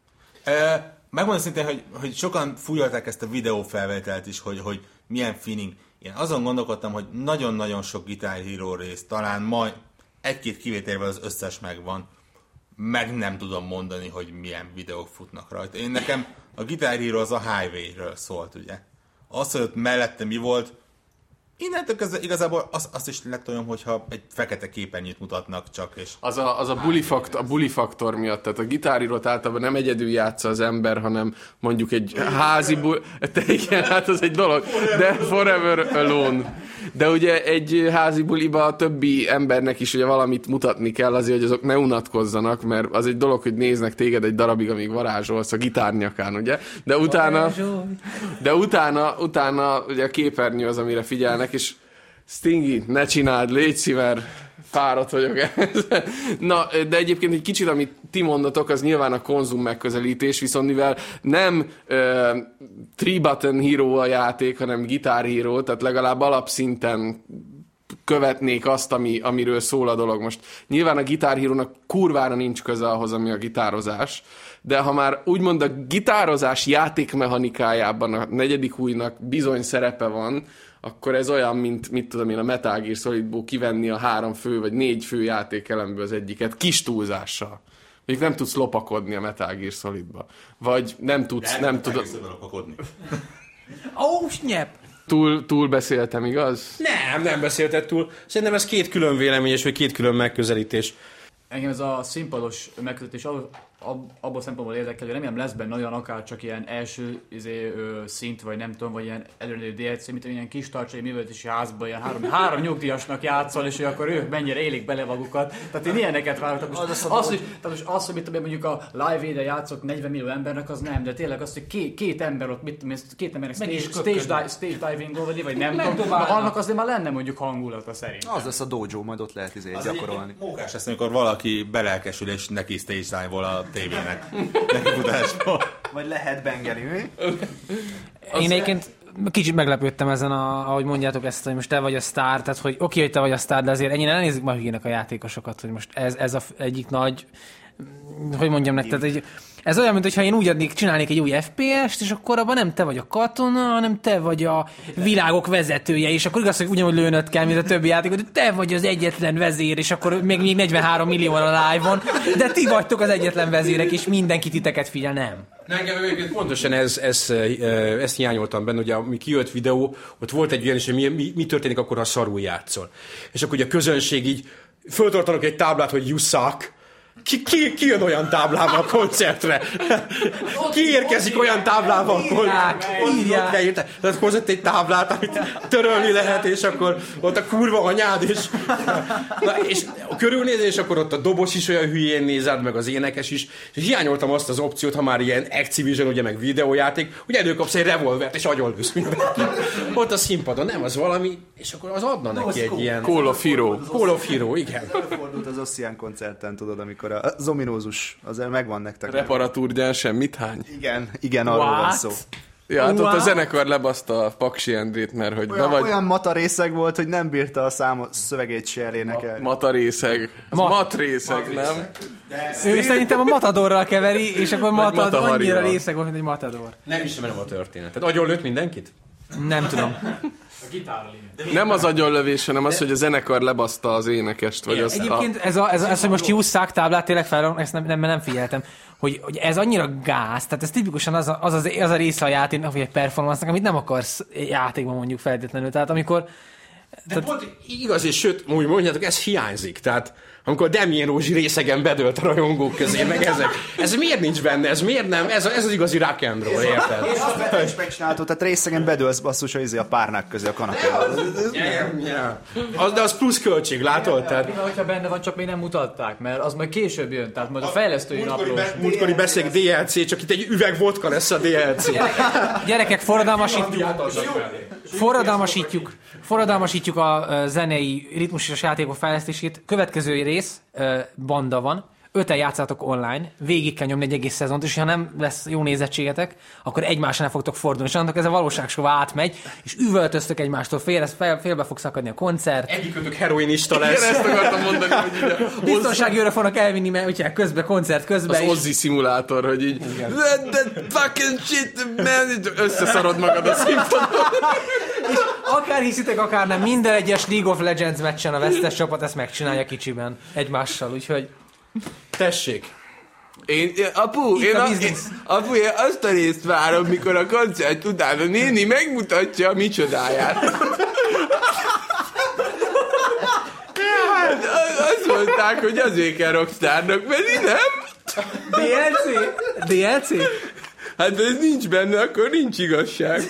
E, megmondom szintén, hogy, hogy sokan fújolták ezt a videófelvételt is, hogy, hogy milyen feeling. Én azon gondolkodtam, hogy nagyon-nagyon sok Guitar Hero rész, talán majd egy-két kivételvel az összes megvan, meg nem tudom mondani, hogy milyen videók futnak rajta. Én nekem a Guitar Hero az a Highway-ről szólt, ugye. Az, hogy ott mellette mi volt, innentől kezdve igazából azt, azt is letolom, hogyha egy fekete képernyőt mutatnak csak, és... Az a, az a, bully faktor, a bully faktor miatt, tehát a Guitar Hero-t általában nem egyedül játsza az ember, hanem mondjuk egy házi bully... Te igen, hát az egy dolog, de forever alone. De ugye egy házi buliba a többi embernek is ugye valamit mutatni kell azért, hogy azok ne unatkozzanak, mert az egy dolog, hogy néznek téged egy darabig, amíg varázsolsz a gitárnyakán, ugye? De utána, de utána, utána ugye a képernyő az, amire figyelnek, és Stingy, ne csináld, légy szíver, fáradt vagyok. Na, de egyébként egy kicsit, amit ti mondatok, az nyilván a konzum megközelítés, viszont mivel nem uh, three-button hero a játék, hanem Guitar Hero, tehát legalább alapszinten követnék azt, ami, amiről szól a dolog. Most nyilván a Guitar Hero-nak kurvára nincs köze ahhoz, ami a gitározás, de ha már úgymond a gitározás játékmechanikájában a negyedik újnak bizony szerepe van, akkor ez olyan, mint mit tudom én, a Metal Gear Solidból kivenni a három fő vagy négy fő játékelemből az egyiket kis túlzással. Még nem tudsz lopakodni a Metal Gear Solidba. Vagy nem tudsz, de nem tudod... lopakodni. Ó, oh, snyep! Túl, túl beszéltem, igaz? Nem, nem beszélted túl. Szerintem ez két külön véleményes, vagy két külön megközelítés. Engem ez a színpados megközelítés ab, ab, abból szempontból érdekel, hogy remélem lesz benne olyan akár csak ilyen első izé, ö, szint, vagy nem tudom, vagy ilyen előrendelő dé el cé, mint ilyen kis tartsai művelődési házban, ilyen három, három nyugdíjasnak játszol, és hogy akkor ők mennyire élik bele magukat. Tehát én ilyeneket várok. Most az, az, hogy, tehát most az, hogy mit tudom, mondjuk a Live Aid-en játszott negyven millió embernek, az nem, de tényleg az, hogy két, két ember ott, mit tudom, két embernek stage, stage, stage, stage diving-ol, vagy, vagy nem tudom, annak azért már lenne mondjuk hangulata szerint. Az lesz a dojo, majd ott lehet izé gyakorolni. Mókás lesz, amikor valaki belelkesül és neki stage dive-ol a tévének. Neki futásból. Vagy lehet bengeni, mi? Én egyébként kicsit meglepődtem ezen, a, ahogy mondjátok ezt, hogy most te vagy a sztár, tehát hogy oké, hogy te vagy a sztár, de azért ennyire elnézik ma hülyének a játékosokat, hogy most ez, ez a egyik nagy hogy mondjam nektek, egy, ez olyan, mintha én úgy adnék, csinálnék egy új ef pé est, és akkor abban nem te vagy a katona, hanem te vagy a világok vezetője, és akkor igaz, hogy ugyanúgy lőnöd kell, mint a többi játék, de te vagy az egyetlen vezér, és akkor még, még negyvenhárom millió van a live-on, de ti vagytok az egyetlen vezérek, és mindenki titeket figyel, nem. Engem pontosan ez, ez, ezt hiányoltam benne, ugye ami kijött videó, ott volt egy olyan is, hogy mi, mi, mi történik akkor, ha szarul játszol. És akkor ugye a közönség így föltartanak egy táblát, hogy you suck. Ki, ki, ki jön olyan táblával a koncertre? Ki érkezik olyan táblával a koncertre? Tehát hozott egy táblát, amit törölni lehet, és akkor ott a kurva anyád, és, na, és a körülnézés, akkor ott a dobos is olyan hülyén nézed, meg az énekes is, és hiányoltam azt az opciót, ha már ilyen Activision, ugye, meg videójáték, hogy előkapsz egy revolvert, és agyonlősz mindenki. Ott a színpadon, nem, az valami, és akkor az adna neki egy ilyen... Call of Hero. Call of Hero, igen. Fordult az Ossian koncerten, tudod, amikor az ominózus, az megvan nektek. Reparatúrgyán semmit hány? Igen, igen, arról What? van szó. Ja, hát ott a zenekar lebaszta a Paksi Endrét, mert hogy... Olyan, vagy... olyan matarészeg volt, hogy nem bírta a számot, szövegét se elénekelni. Matarészeg. Ma- Matrészeg, nem? Ő szerintem a Matadorral keveri, és akkor Matad Mata annyira Harival. részeg volt, mint egy Matador. Nem ismerem a történetet. Agyonlőtt mindenkit? Nem tudom. Nem az agyonlövés, hanem az, hogy a zenekar lebaszta az énekest, vagy azt Egyébként ez, a, ez, a, ez hogy most Jusszák táblát tényleg fel, ezt nem, nem, nem figyeltem, hogy, hogy ez annyira gáz, tehát ez tipikusan az a, az, az, az a része a játéknak, vagy egy performance-nak, amit nem akarsz játékban mondjuk feltétlenül. Tehát amikor... De Tehát, pont igaz, és sőt, úgy mondjátok, ez hiányzik. Tehát amikor Demjén Rózsi részegen bedőlt a rajongók közé, meg ezek. Ez miért nincs benne? Ez miért nem? Ez, ez az igazi rock and roll, érted? És azt is megcsináltad, tehát részegen bedőlsz basszus a, izé a párnák közé a kanapéval. Yeah, yeah. Az, de az plusz költség, látod? Tehát Mi van, hogyha benne van, csak még nem mutatták, mert az majd később jön, tehát majd a fejlesztői naplós. múltkori beszél dé el cé, csak itt egy üveg vodka lesz a dé el cé. gyerekek, forradalmasítjuk, forradalmasítjuk, forradalmasítjuk a ö, zenei ritmusos játékok fejlesztését. Következő rész, ö, banda van, öten játszátok online, végig kell nyomni egy egész szezont, és ha nem lesz jó nézettségetek, akkor egymásra ne fogtok fordulni, és annak ez a valóságsóvá átmegy, és üvöltöztök egymástól, fél, fél, félbe fog szakadni a koncert. Egyikőtök heroinista Igen, lesz. ezt akartam mondani, hogy ugye Biztonsági őre fognak elvinni, mert ugye közben, koncert közben. az és- Ozzy szimulátor, hogy így Let that fucking shit, man, összeszarod magad a színpadon. Akár hiszitek, akár nem, minden egyes League of Legends meccsen a vesztes csapat ezt megcsinálja kicsiben, egymással, úgyhogy Tessék. Én, én, apu, Itt én, a a, én, business. apu, én azt a részt várom, mikor a koncert után a néni megmutatja a micsodáját. Hát, azt mondták, hogy azért kell rockstárnak menni, nem? dé el cé? dé el cé? Hát ha ez nincs benne, akkor nincs igazság.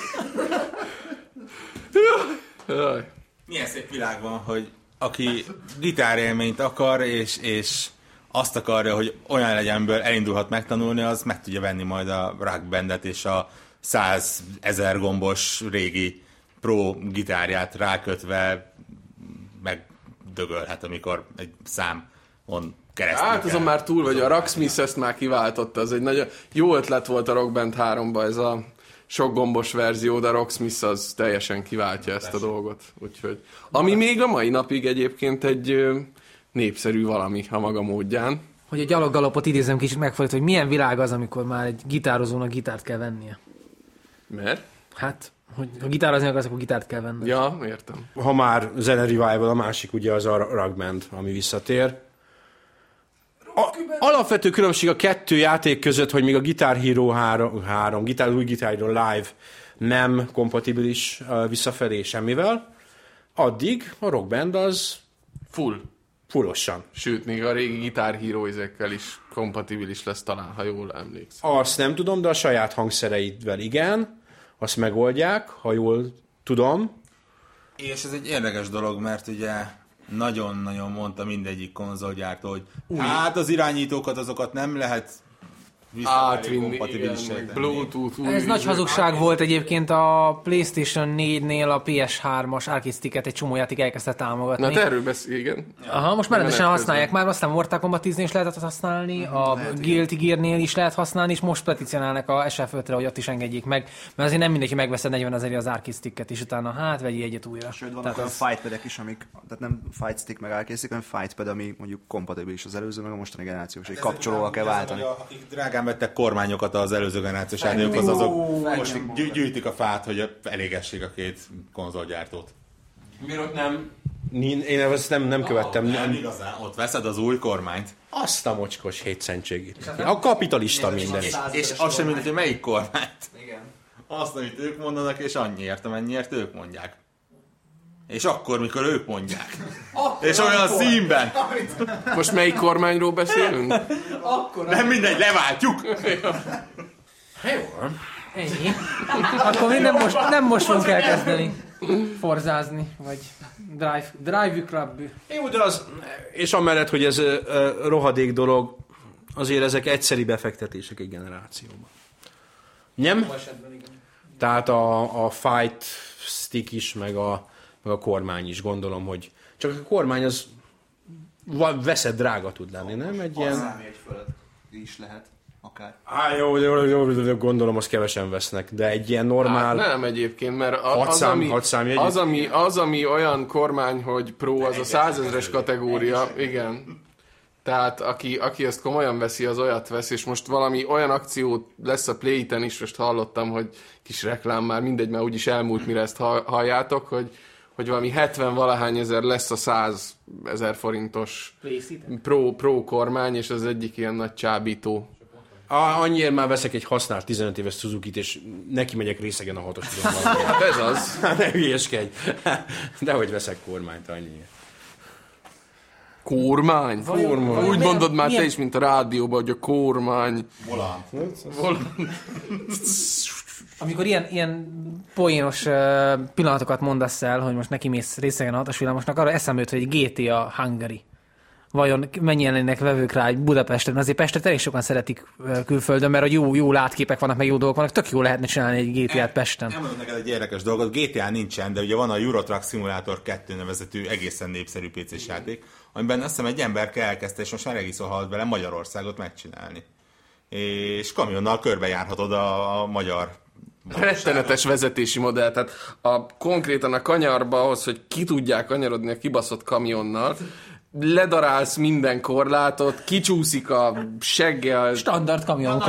Jaj. Milyen szép világ van, hogy aki gitárélményt akar, és, és azt akarja, hogy olyan legyenből elindulhat megtanulni, az meg tudja venni majd a Rock Bandet és a százezer gombos régi pro gitárját rákötve megdögölhet, amikor egy számon keresztül Hát azon kell. már túl vagy, a Rocksmith ezt már kiváltotta, ez egy nagyon jó ötlet volt a Rock Band háromba, ez a sok gombos verzió, de a Rocksmith az teljesen kiváltja ezt a dolgot. Úgyhogy, ami még a mai napig egyébként egy ö, népszerű valami a maga módján. Hogy a gyaloggalopot idézem kicsit megfordítva, hogy milyen világ az, amikor már egy gitározónak gitárt kell vennie. Mert? Hát, hogy ha gitározni akarsz, akkor gitárt kell venni. Ja, értem. Ha már zene revival, a másik ugye az a Rock Band, ami visszatér. A, alapvető különbség a kettő játék között, hogy még a Guitar Hero három, Guitar, új Guitar Hero Live nem kompatibilis uh, visszafelé semmivel, addig a Rock Band az Full. fullosan. Sőt, még a régi Guitar Hero ezekkel is kompatibilis lesz talán, ha jól emlékszem. Azt nem tudom, de a saját hangszereidvel igen, azt megoldják, ha jól tudom. És ez egy érdekes dolog, mert ugye nagyon-nagyon mondta mindegyik konzolgyártó, hogy hát az irányítókat, azokat nem lehet átvinni, igen, meg Bluetooth. Ez nagy hazugság volt egyébként a PlayStation négynél a P S hármas Arcade Sticket egy csomó játék elkezdte támogatni. Na te erről beszél, igen. Aha, most már rendesen használják már, aztán Mortal Kombat tíznél is lehetett használni, a Guilty Gearnél is lehet használni, és most peticionálnak a S F ötre, hogy ott is engedjék meg, mert azért nem mindegy, hogy megveszed negyven ezerért az Arcade Sticket, és utána hát vegyél egyet újra. Sőt, vannak olyan az... fightpadek is, amik, tehát nem fight stick meg Arcade Stick, hanem fightpad, ami mondjuk kompatibilis az előző, meg a mostani generációs, hát egy kapcsolóval kell váltani. Akik drágán vettek kormányokat az előző generációs árnyékhoz, azok most gy- gyűjtik a fát, hogy elégessék a két konzolgyártót. Miért nem? Én ezt nem, nem követtem. Ah, nem igazán, ott veszed az új kormányt. Azt a mocskos hétszentségét. A kapitalista minden. És, és az sem mindegy, hogy melyik kormányt. Igen. Azt, amit ők mondanak, és annyiért, amennyiért ők mondják. És akkor, mikor ők mondják. És olyan színben. Most melyik kormányról beszélünk? Nem mindegy, leváltjuk. Ennyi. Akkor mi nem most, nem most fogunk elkezdeni forzázni, vagy drive, drive club. Jó, de az, és amellett, hogy ez uh, rohadék dolog, azért ezek egyszeri befektetések egy generációban. Nem? Tehát a, a fight stick is, meg a, meg a kormány is, gondolom, hogy csak a kormány az veszed drága tud lenni, nem? Egy ilyen... Számjegy fölött is lehet. Akár. Á, jó, jó, jó, jó, gondolom, azt kevesen vesznek, de egy ilyen normál... Hát nem egyébként, mert a, az, szám, ami, az, ami, az, ami olyan kormány, hogy pro, az a százezres kategória, igen. Tehát aki, aki ezt komolyan veszi, az olyat vesz, és most valami olyan akció lesz a Play-ten is, most hallottam, hogy kis reklám már, mindegy, már úgyis elmúlt, mire ezt halljátok, hogy, hogy valami hetven valahány ezer lesz a százezer forintos pro, pro kormány, és az egyik ilyen nagy csábító. Annyiért már veszek egy használt tizenöt éves Suzukit, és neki megyek részegen a hatos tudományban. Hát ez az. Ne hülyeskedj. Dehogy veszek kormányt annyiért. Kormány? kormány. Úgy mondod már milyen... te is, mint a rádióban, hogy a kormány. Volant. Volant. Amikor ilyen, ilyen poénos uh, pillanatokat mondasz el, hogy most neki mész részegen a hatos villamosnak, arra eszembe jut, hogy egy G T A Hungary. Vajon mennyien lennének vevők rá egy Budapesten? Azért Pestet elég sokan szeretik külföldön, mert a jó, jó látképek vannak, meg jó dolgok vannak, tök jó lehetne csinálni egy G T A-t Pesten. Nem mondom neked egy érdekes dolgot, G T A nincsen, de ugye van a Euro Truck Simulator kettő nevezetű egészen népszerű pé cés játék, amiben azt hiszem egy ember elkezdte, és most már egész halt vele Magyarországot megcsinálni. És kamionnal körbejárhatod a, a magyar... Rettenetes vezetési modell, tehát a, konkrétan a kanyarba ahhoz, hogy ki tudják kanyarodni a kibaszott kamionnal, ledarálsz minden korlátot, kicsúszik a segge. Standard kamionok.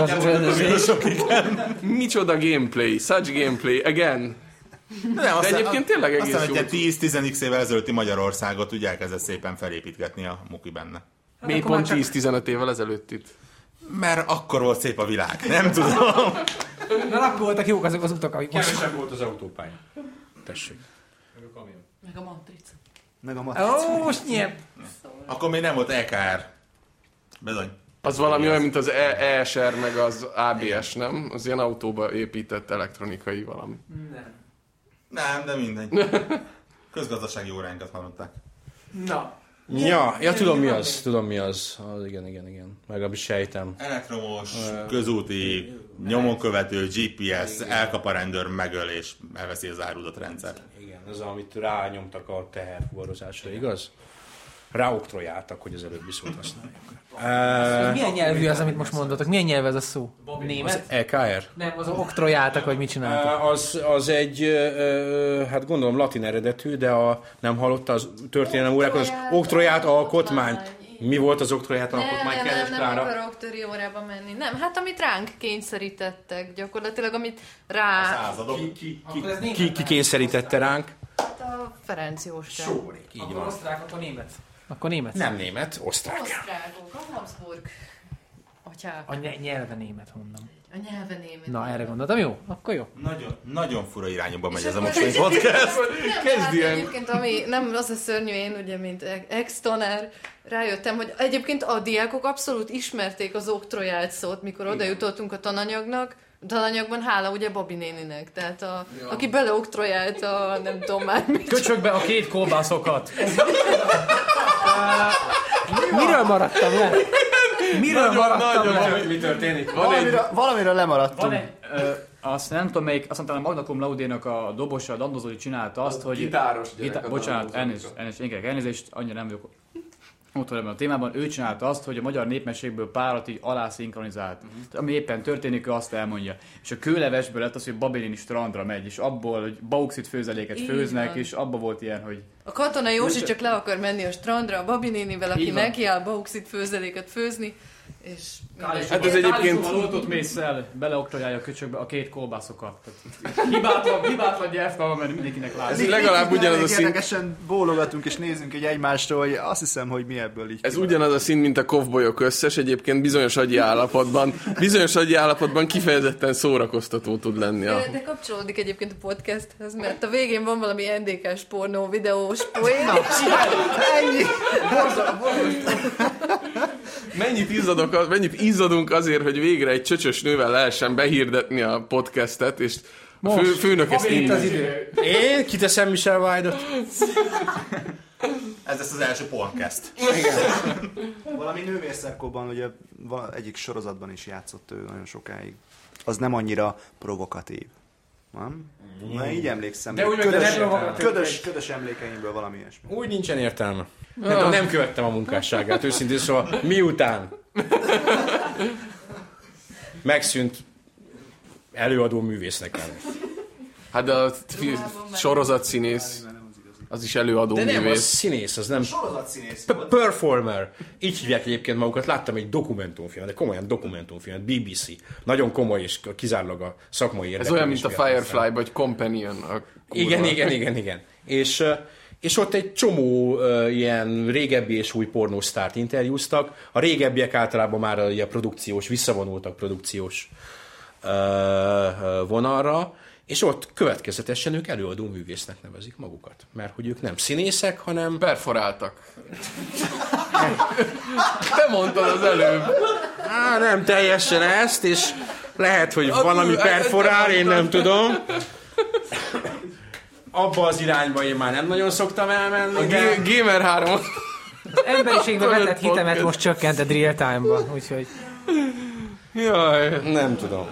Micsoda gameplay, such gameplay, again. Nem, de egyébként tényleg egész aztán, jó. Aztán tíz-tíz x évvel ezelőtti Magyarországot úgy elkezdett szépen felépítgetni a muki benne. Hát mi pont tíz-tizenöt évvel ezelőtt itt? Mert akkor volt szép a világ, nem tudom. Mert akkor voltak jók azok az utak, amik most... Kevesebb volt az autópálya. Tessék. Meg a kamion. Meg a matrica. Meg a matrica. Ó, most nyilván. Akkor még nem volt E K R. Bizony. Az valami olyan, mint az E S R meg az á bé es, nem? Az ilyen autóba épített elektronikai valami. Nem. Nem, de mindegy. Közgazdasági óránkat hallották. Na. Ja, ja, tudom mi az, tudom mi az. az igen, igen, igen. Legalábbis sejtem. Elektromos, közúti, nyomonkövető, G P S, elkap a rendőr, megöl és elveszi az árudat rendszer. Igen, ez amit rányomtak a teherfuvarozásra, igaz? Ráoktrojáltak, hogy az előbbi szót használjuk. Uh, Milyen nyelvű az, amit most mondotok? Milyen nyelv ez a szó? Német? Az E K R? Nem, az oktrojáltak, hogy mit csináltak. Uh, az, az egy, uh, hát gondolom latin eredetű, de a, nem hallotta az történelem órákon, az oktroját alkotmány. Mi volt az oktroját alkotmány? Nem, nem, nem, nem akarok töri órába menni. Nem, hát amit ránk kényszerítettek gyakorlatilag, amit rá... A századok. Ki, ki, ki, ki, ki kényszerítette ránk? Hát a Ferenc József. Sórék, így akkor van. osztrák, akkor német. Akkor német. Nem német, osztrák. Osztrákok, a Habsburg atyák. A ny- nyelve német, mondom. A nyelve német. Na, erre gondoltam, jó? Akkor jó. Nagyon, nagyon fura irányba megy És ez a akkor mostani ez- podcast. Nem, Kezd hát ilyen. egyébként, ami nem az a szörnyű, én ugye, mint ex-tanár, rájöttem, hogy egyébként a diákok abszolút ismerték az oktrojált szót, mikor oda jutottunk a tananyagnak, a tananyagban hála ugye Babi néninek, tehát a, ja. aki beleoktrojált a nem tudom már mit. Köcsög be a két kolbászokat! Miről maradtam le? Miről maradtam le? Mi történik? Valamiről, valamiről lemaradtunk. Van egy, ö, azt nem tudom melyik, azt mondtam, a Magna Cum Laude-nak a dobosa, a Dandó Zoli csinálta azt, hogy... gitáros gyerek, Gitá- a bocsánat, Dandó elnézést, Zolika. elnézést, én kérek elnézést, annyira nem vagyok otthon ebben a témában. Ő csinálta azt, hogy a magyar népmesékből párat így alá szinkronizált. Uh-huh. Ami éppen történik, ő azt elmondja. És a kőlevesből lett az, hogy babiloni strandra megy, és abból, hogy bauxit főzeléket Így főznek, van. és abba volt ilyen, hogy... A katona Józsi csak le akar menni a strandra a Babi nénivel, aki Így van. nekiáll bauxit főzeléket főzni, és mindegy. Hát ez egyébként- Káliszóval oltott mészsel beleoktrojálja a köcsökbe a két kolbászokat. Tehát hibátlan, hibátlan gyertva, mert mindenkinek Ez látszik. legalább ugyanaz a szint, Érdekesen bólogatunk és nézünk egy egymástól, hogy azt hiszem, hogy mi ebből így. ez ugyanaz a szint, mint a kovbolyok összes, egyébként bizonyos agyi állapotban, bizonyos agyi állapotban kifejezetten szórakoztató tud lenni. A... De, de kapcsolódik egyébként a podcasthez, mert a végén van valami en dé ká-s pornó, videós poén. Ennyi! Mennyit izzadok, mennyit izzadunk azért, hogy végre egy csöcsös nővel lehessen behirdetni a podcastet, és a fő, főnök ezt Itt az így... idő. Én kiteszem Michelle White-ot. Ez lesz az első podcast. Valami nővérszerkóban, ugye vala- egyik sorozatban is játszott ő nagyon sokáig. Az nem annyira provokatív. Nem? Na, így emlékszem. De úgy meg ködös, nem provokatív. ködös, ködös emlékeimből valami ilyesmi. Úgy nincsen értelme. Nem, nem követtem a munkásságát, őszintén szóval miután megszűnt előadó művésznek lenni. Hát de a fi- sorozatszínész, az is előadó De nem, az művész. színész, az nem... Sorozatszínész P- Performer. Így hívják egyébként magukat. Láttam egy dokumentumfilmet, de komolyan dokumentumfilmet, bé bé cé. Nagyon komoly és kizárólag a szakmai Ez olyan, mint a érdeklődés miatt Firefly vagy Companion. A kurva. Igen, igen, igen, igen. És, ö, és ott egy csomó uh, ilyen régebbi és új pornósztárt interjúztak. A régebbiek általában már a, a produkciós, visszavonultak produkciós uh, uh, vonalra, és ott következetesen ők előadó művésznek nevezik magukat. Mert hogy ők nem színészek, hanem... Perforáltak. Te mondtad az előbb. Á, nem teljesen ezt, és lehet, hogy van, ami perforál, én nem tudom. Abba az irányba én már nem nagyon szoktam A elmenni, de... G- Gamer három. Az emberiségbe vetett hitemet most csökkented real time-ba, úgyhogy... Jaj. Nem tudom.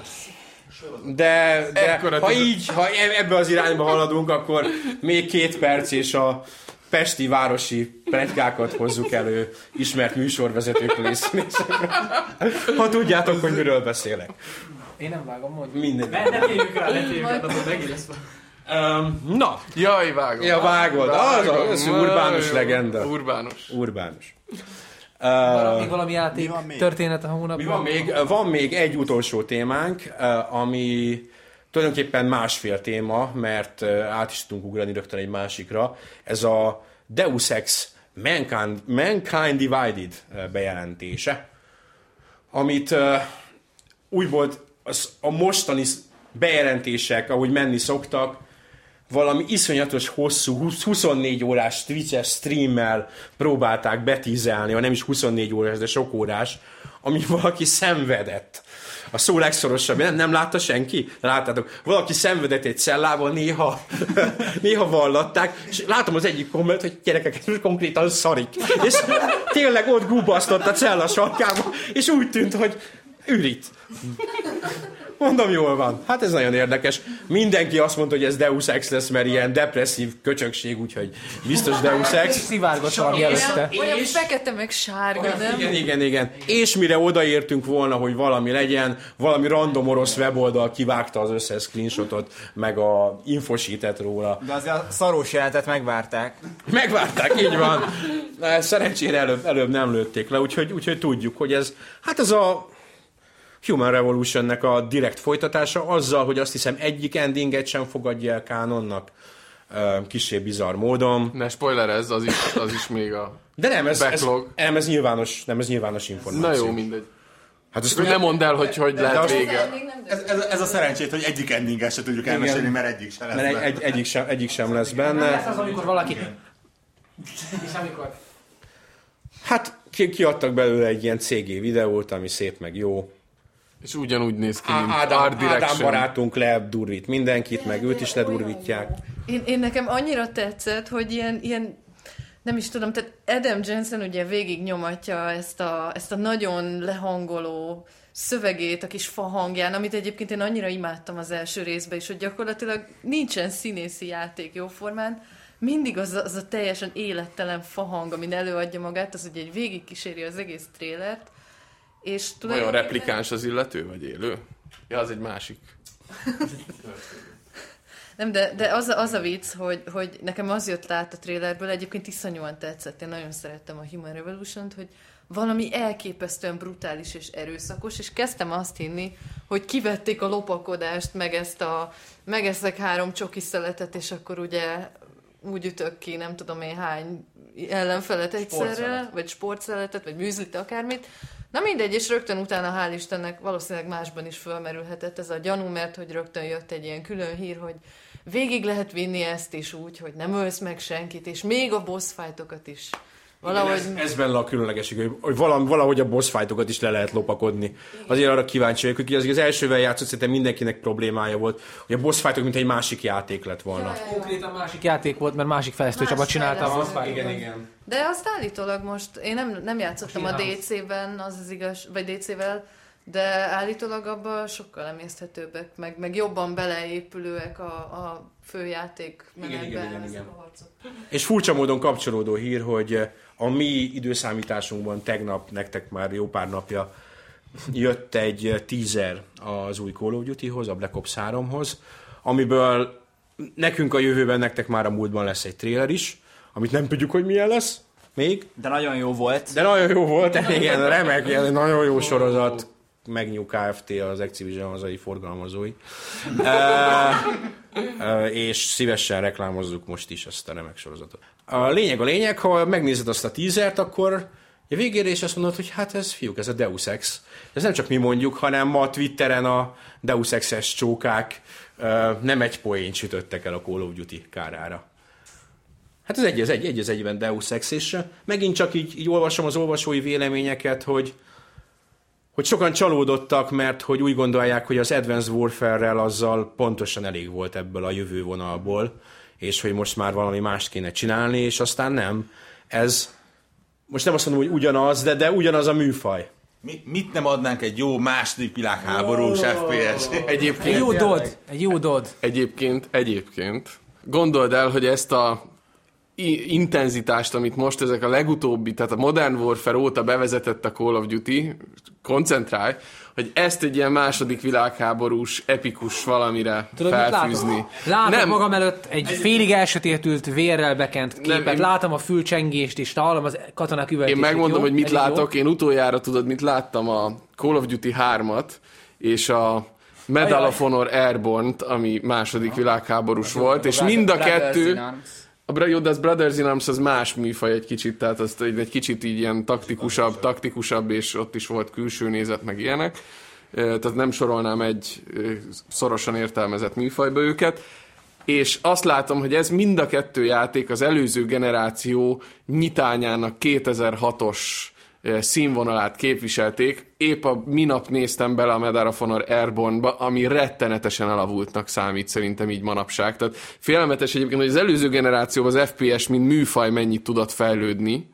De, de Ekkora ha tud- így, ha ebbe az irányba haladunk, akkor még két perc, és a pesti városi pletykákat hozzuk elő ismert műsorvezetőkről és színészekről. Ha tudjátok, hogy miről beszélek. Én nem vágom, mondjuk. Mindegy. Ne, ne térjünk rá, ne térjünk rá, akkor megint lesz. Um, na, Jaj, vágom. ja, vágod. Az a- az urbánus Jaj, legenda. Urbánus. Urbánus. Van még valami játék van még? történet a hónapban? Mi van még? Van még egy utolsó témánk, eh, ami tulajdonképpen másfél téma, mert eh, át is tudunk ugrani rögtön egy másikra. Ez a Deus Ex Mankind, Mankind Divided eh, bejelentése, amit eh, úgy volt az a mostani bejelentések, ahogy menni szoktak, valami iszonyatos hosszú, húsz, huszonnégy órás Twitch-es streammel próbálták betízelni, vagy nem is huszonnégy órás, de sok órás, ami valaki szenvedett. A szó legszorosabb, nem, nem látta senki? Láttátok? Valaki szenvedett egy cellával, néha, néha vallatták, és látom az egyik komment, hogy gyerekek, ez konkrétan szarik. És tényleg ott gubasztott a cella sarkába, és úgy tűnt, hogy ürít. Mondom, jól van. Hát ez nagyon érdekes. Mindenki azt mondta, hogy ez Deus Ex lesz, mert ilyen depresszív köcsökség, úgyhogy biztos Deus Ex. Szivárgott valami előtte. Olyan fekete meg sárga, nem? Igen, igen, igen. És mire odaértünk volna, hogy valami legyen, valami random orosz weboldal kivágta az összes screenshotot, meg a infosítet róla. De azért a szarós jelentet megvárták. Megvárták, így van. Szerencsére előbb, előbb nem lőtték le, úgyhogy, úgyhogy tudjuk, hogy ez, hát ez a Human Revolutionnek a direkt folytatása, azzal, hogy azt hiszem egyik endinget sem fogadja el kánonnak, kissé bizarr módon. Ne spoilerezz, az is, az is még a... De nem, ez, ez, Backlog. nem, ez, nyilvános, nem, ez nyilvános információ. Na jó, mindegy. Hát ezt Ne mondd el, hogy hogy lehet azt- vége. Ez, ez, ez a szerencsét, hogy egyik endinget se tudjuk elmesélni, mert egyik se lesz. Mert egy, benne. egy, egyik, sem, egyik sem lesz benne. Ez az, amikor valaki... És amikor... Hát ki, kiadtak belőle egy ilyen cé gé videót, ami szép meg jó. És ugyanúgy néz ki, mint Ádám, Art Ádám Direction. barátunk ledurvít mindenkit, meg őt is ledurvítják. Én, én nekem annyira tetszett, hogy ilyen, ilyen nem is tudom, tehát Adam Jensen ugye végig nyomatja ezt a, ezt a nagyon lehangoló szövegét a kis fa hangján, amit egyébként én annyira imádtam az első részben is, hogy gyakorlatilag nincsen színészi játék jóformán, mindig az a, az a teljesen élettelen fa hang, amin előadja magát, az ugye egy végig kíséri az egész trélert. És Vajon replikáns az illető, vagy élő? Ja, az egy másik. Nem, de, de az, a, az a vicc, hogy, hogy nekem az jött át a trailerből, egyébként iszonyúan tetszett, én nagyon szerettem a Human Revolution-t, hogy valami elképesztően brutális és erőszakos, és kezdtem azt hinni, hogy kivették a lopakodást, meg ezt a megeszek három csoki szeletet, és akkor ugye úgy ütök ki, nem tudom én hány ellenfelet egyszerre, sportszelet. Vagy sportszeletet, vagy műzlit, akármit. Na mindegy, és rögtön utána, hál' Istennek, valószínűleg másban is fölmerülhetett ez a gyanú, mert hogy rögtön jött egy ilyen külön hír, hogy végig lehet vinni ezt is úgy, hogy nem ölsz meg senkit, és még a boss fightokat is. Valahogy... Igen, ez, ez benne a különlegesség, hogy, hogy valahogy a boss fightokat is le lehet lopakodni. Azért arra kíváncsi vagyok, hogy az, az elsővel játszott, szerintem mindenkinek problémája volt, hogy a boss fightok mint egy másik játék lett volna. Konkrétan másik játék volt, mert másik fejlesztő csapat csinálta a boss fightot. Igen, igen. De azt állítólag most, én nem, nem játszottam a dé cében, az az igaz, vagy dé cével, de állítólag abban sokkal emészthetőbbek, meg, meg jobban beleépülőek a, a főjáték menetben. Igen, igen, igen, igen. És furcsa módon kapcsolódó hír, hogy a mi időszámításunkban tegnap, nektek már jó pár napja jött egy teaser az új Call of Duty-hoz, a Black Ops háromhoz, amiből nekünk a jövőben, nektek már a múltban lesz egy trailer is, amit nem tudjuk, hogy milyen lesz még. De nagyon jó volt. De nagyon jó volt, igen, remek, nagyon jó sorozat. Megnyú Kft. Az Activision hazai forgalmazói. e, e, és szívesen reklámozzuk most is ezt a remek sorozatot. A lényeg a lényeg, ha megnézed azt a teasert, akkor a végére is azt mondod, hogy hát ez fiúk, ez a Deus Ex. Ez nem csak mi mondjuk, hanem ma Twitteren a Deus Ex-es csókák e, nem egy poént sütöttek el a Call of Duty kárára. Hát ez egy, ez egy, egy, ez egyben Deus Ex, és megint csak így, így olvasom az olvasói véleményeket, hogy hogy sokan csalódottak, mert hogy úgy gondolják, hogy az Advanced Warfare-rel azzal pontosan elég volt ebből a jövővonalból, és hogy most már valami mást kéne csinálni, és aztán nem. Ez, most nem azt mondom, hogy ugyanaz, de, de ugyanaz a műfaj. Mi, mit nem adnánk egy jó második világháborús ef pé es? Egyébként, egy jó dod, egy jó dod. Egyébként, egyébként. Gondold el, hogy ezt a intenzitást, amit most ezek a legutóbbi, tehát a Modern Warfare óta bevezetett a Call of Duty, koncentrálj, hogy ezt egy ilyen második világháborús, epikus valamire Tudod, felfűzni. Látom, látom nem. magam előtt egy félig elsötétült, vérrel bekent képet, nem, én... látom a fülcsengést és hallom az katonák üvöltését. Én megmondom, jó? hogy mit Elég látok. jó? Én utoljára tudod, mit láttam a Call of Duty hármat, és a Medal of Honor Airborne-t, ami második világháborús a volt, és mind a kettő... A jó, de az Brothers in Arms az más műfaj egy kicsit, tehát azt egy, egy kicsit így ilyen taktikusabb, taktikusabb, és ott is volt külső nézet, meg ilyenek. Tehát nem sorolnám egy szorosan értelmezett műfajba őket. És azt látom, hogy ez mind a kettő játék az előző generáció nyitányának kétezer-hatos színvonalát képviselték. Épp a minap néztem bele a Medal of Honor Airborne-ba, ami rettenetesen elavultnak számít szerintem így manapság. Tehát félelmetes egyébként, hogy az előző generációban az ef pé es mint műfaj mennyit tudott fejlődni,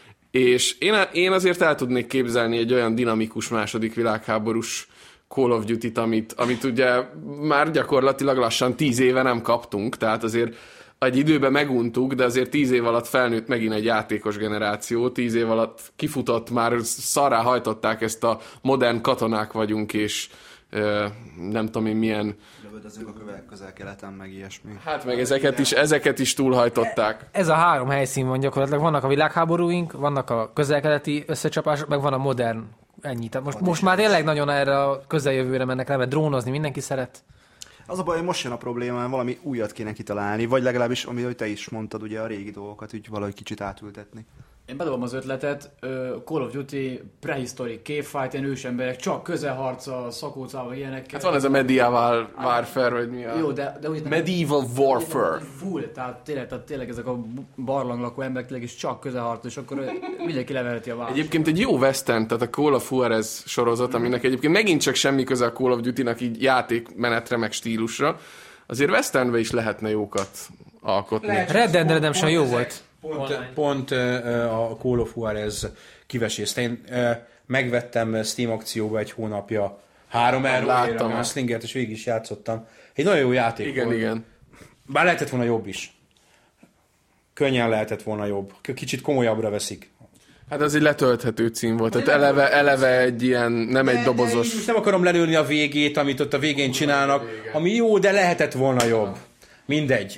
és én, én azért el tudnék képzelni egy olyan dinamikus második világháborús Call of Duty-t, amit, amit ugye már gyakorlatilag lassan tíz éve nem kaptunk, tehát azért egy időben meguntuk, de azért tíz év alatt felnőtt megint egy játékos generáció, tíz év alatt kifutott, már szarrá hajtották ezt a modern katonák vagyunk, és euh, nem tudom én milyen... Lövöldözünk a kövek közel-keleten, meg ilyesmi. Hát meg ezeket is, ezeket is túlhajtották. Ez a három helyszín van gyakorlatilag, vannak a világháborúink, vannak a közel-keleti összecsapások, meg van a modern, ennyi. Tehát most, most már tényleg nagyon erre a közeljövőre mennek le, mert drónozni mindenki szeret. Az a baj, hogy most jön a probléma, valami újat kéne kitalálni, vagy legalábbis, amit te is mondtad, ugye a régi dolgokat úgy valahogy kicsit átültetni. Én bedobom az ötletet, Call of Duty, prehistoric cavefight, ilyen ősemberek, csak közelharca, szakócával, ilyenek. Hát van ez a medieval warfare, vagy mi a... Jó, de, de úgy, medieval warfare. Full, tehát tényleg, tehát tényleg ezek a barlanglakó emberek tényleg is csak közelharca, és akkor mindenki levelheti a választ. Egyébként egy jó western, tehát a Call of Juarez sorozat, aminek egyébként megint csak semmi köze a Call of Duty-nak így játékmenetre, meg stílusra, azért westernbe is lehetne jókat alkotni. Red Dead Redemption jó volt. Pont, pont a Call of Juarez kivesézt. Én megvettem Steam akcióba egy hónapja három euróra a Slingert, és végig is játszottam. Egy nagyon jó játék igen, volt. Igen, Bár lehetett volna jobb is. Könnyen lehetett volna jobb. Kicsit komolyabbra veszik. Hát az egy letölthető cím volt, tehát eleve, eleve egy ilyen, nem de, egy dobozos... De most nem akarom lelőni a végét, amit ott a végén csinálnak, ami jó, de lehetett volna jobb. Mindegy.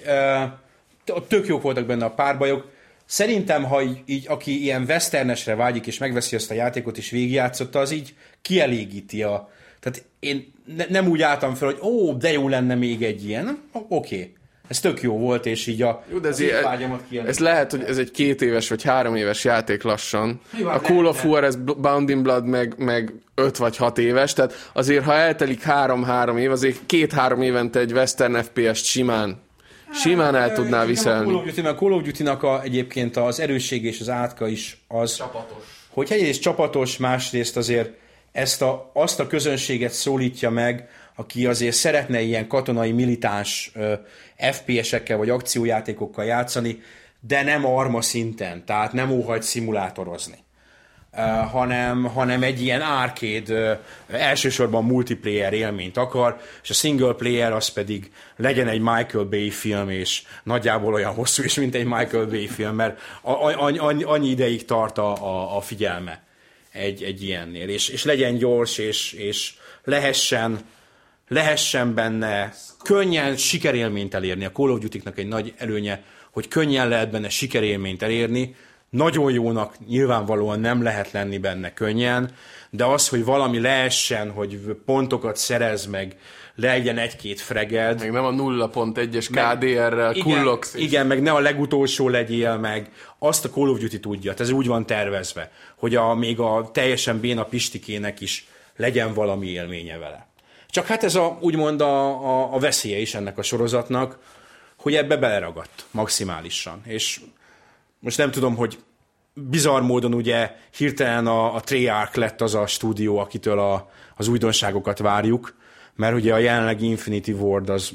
Uh, tök jók voltak benne a párbajok. Szerintem, ha így, így aki ilyen westernesre vágyik, és megveszi ezt a játékot, és végigjátszotta, az így kielégíti a... Tehát én ne, nem úgy álltam fel, hogy ó, de jó lenne még egy ilyen. Oké. Okay. Ez tök jó volt, és így a jó, de ez, ez lehet, hogy ez egy két éves vagy három éves játék lassan. Jó, a Call of Juarez Bound in Blood meg, meg öt vagy hat éves, tehát azért, ha eltelik három-három év, azért két-három évente egy Western ef pé est simán, simán el tudná viselni. A Call of Duty, a Call of Duty-nak a, egyébként az erősség és az átka is az, csapatos. Hogy egyrészt csapatos, másrészt azért ezt a, azt a közönséget szólítja meg, aki azért szeretne ilyen katonai, militáns uh, ef pé esekkel vagy akciójátékokkal játszani, de nem arma szinten, tehát nem óhajt szimulátorozni, uh, hanem, hanem egy ilyen arcade, uh, elsősorban multiplayer élményt akar, és a single player az pedig legyen egy Michael Bay film, és nagyjából olyan hosszú is, mint egy Michael Bay film, mert a, a, a, annyi ideig tart a, a, a figyelme egy, egy ilyennél, és, és legyen gyors, és, és lehessen lehessen benne könnyen sikerélményt elérni. A Call of Duty-nak egy nagy előnye, hogy könnyen lehet benne sikerélményt elérni. Nagyon jónak nyilvánvalóan nem lehet lenni benne könnyen, de az, hogy valami lehessen, hogy pontokat szerez meg, legyen egy-két freged. Meg nem a nulla pont egyes ká dé er-rel kullogsz. Igen, meg ne a legutolsó legyél meg. Azt a Call of Duty tudja. Ez úgy van tervezve, hogy a, még a teljesen béna pistikének is legyen valami élménye vele. Csak hát ez a, úgymond a, a, a veszélye is ennek a sorozatnak, hogy ebbe beleragadt maximálisan. És most nem tudom, hogy bizarr módon ugye hirtelen a, a Treyarch lett az a stúdió, akitől a, az újdonságokat várjuk, mert ugye a jelenlegi Infinity Ward az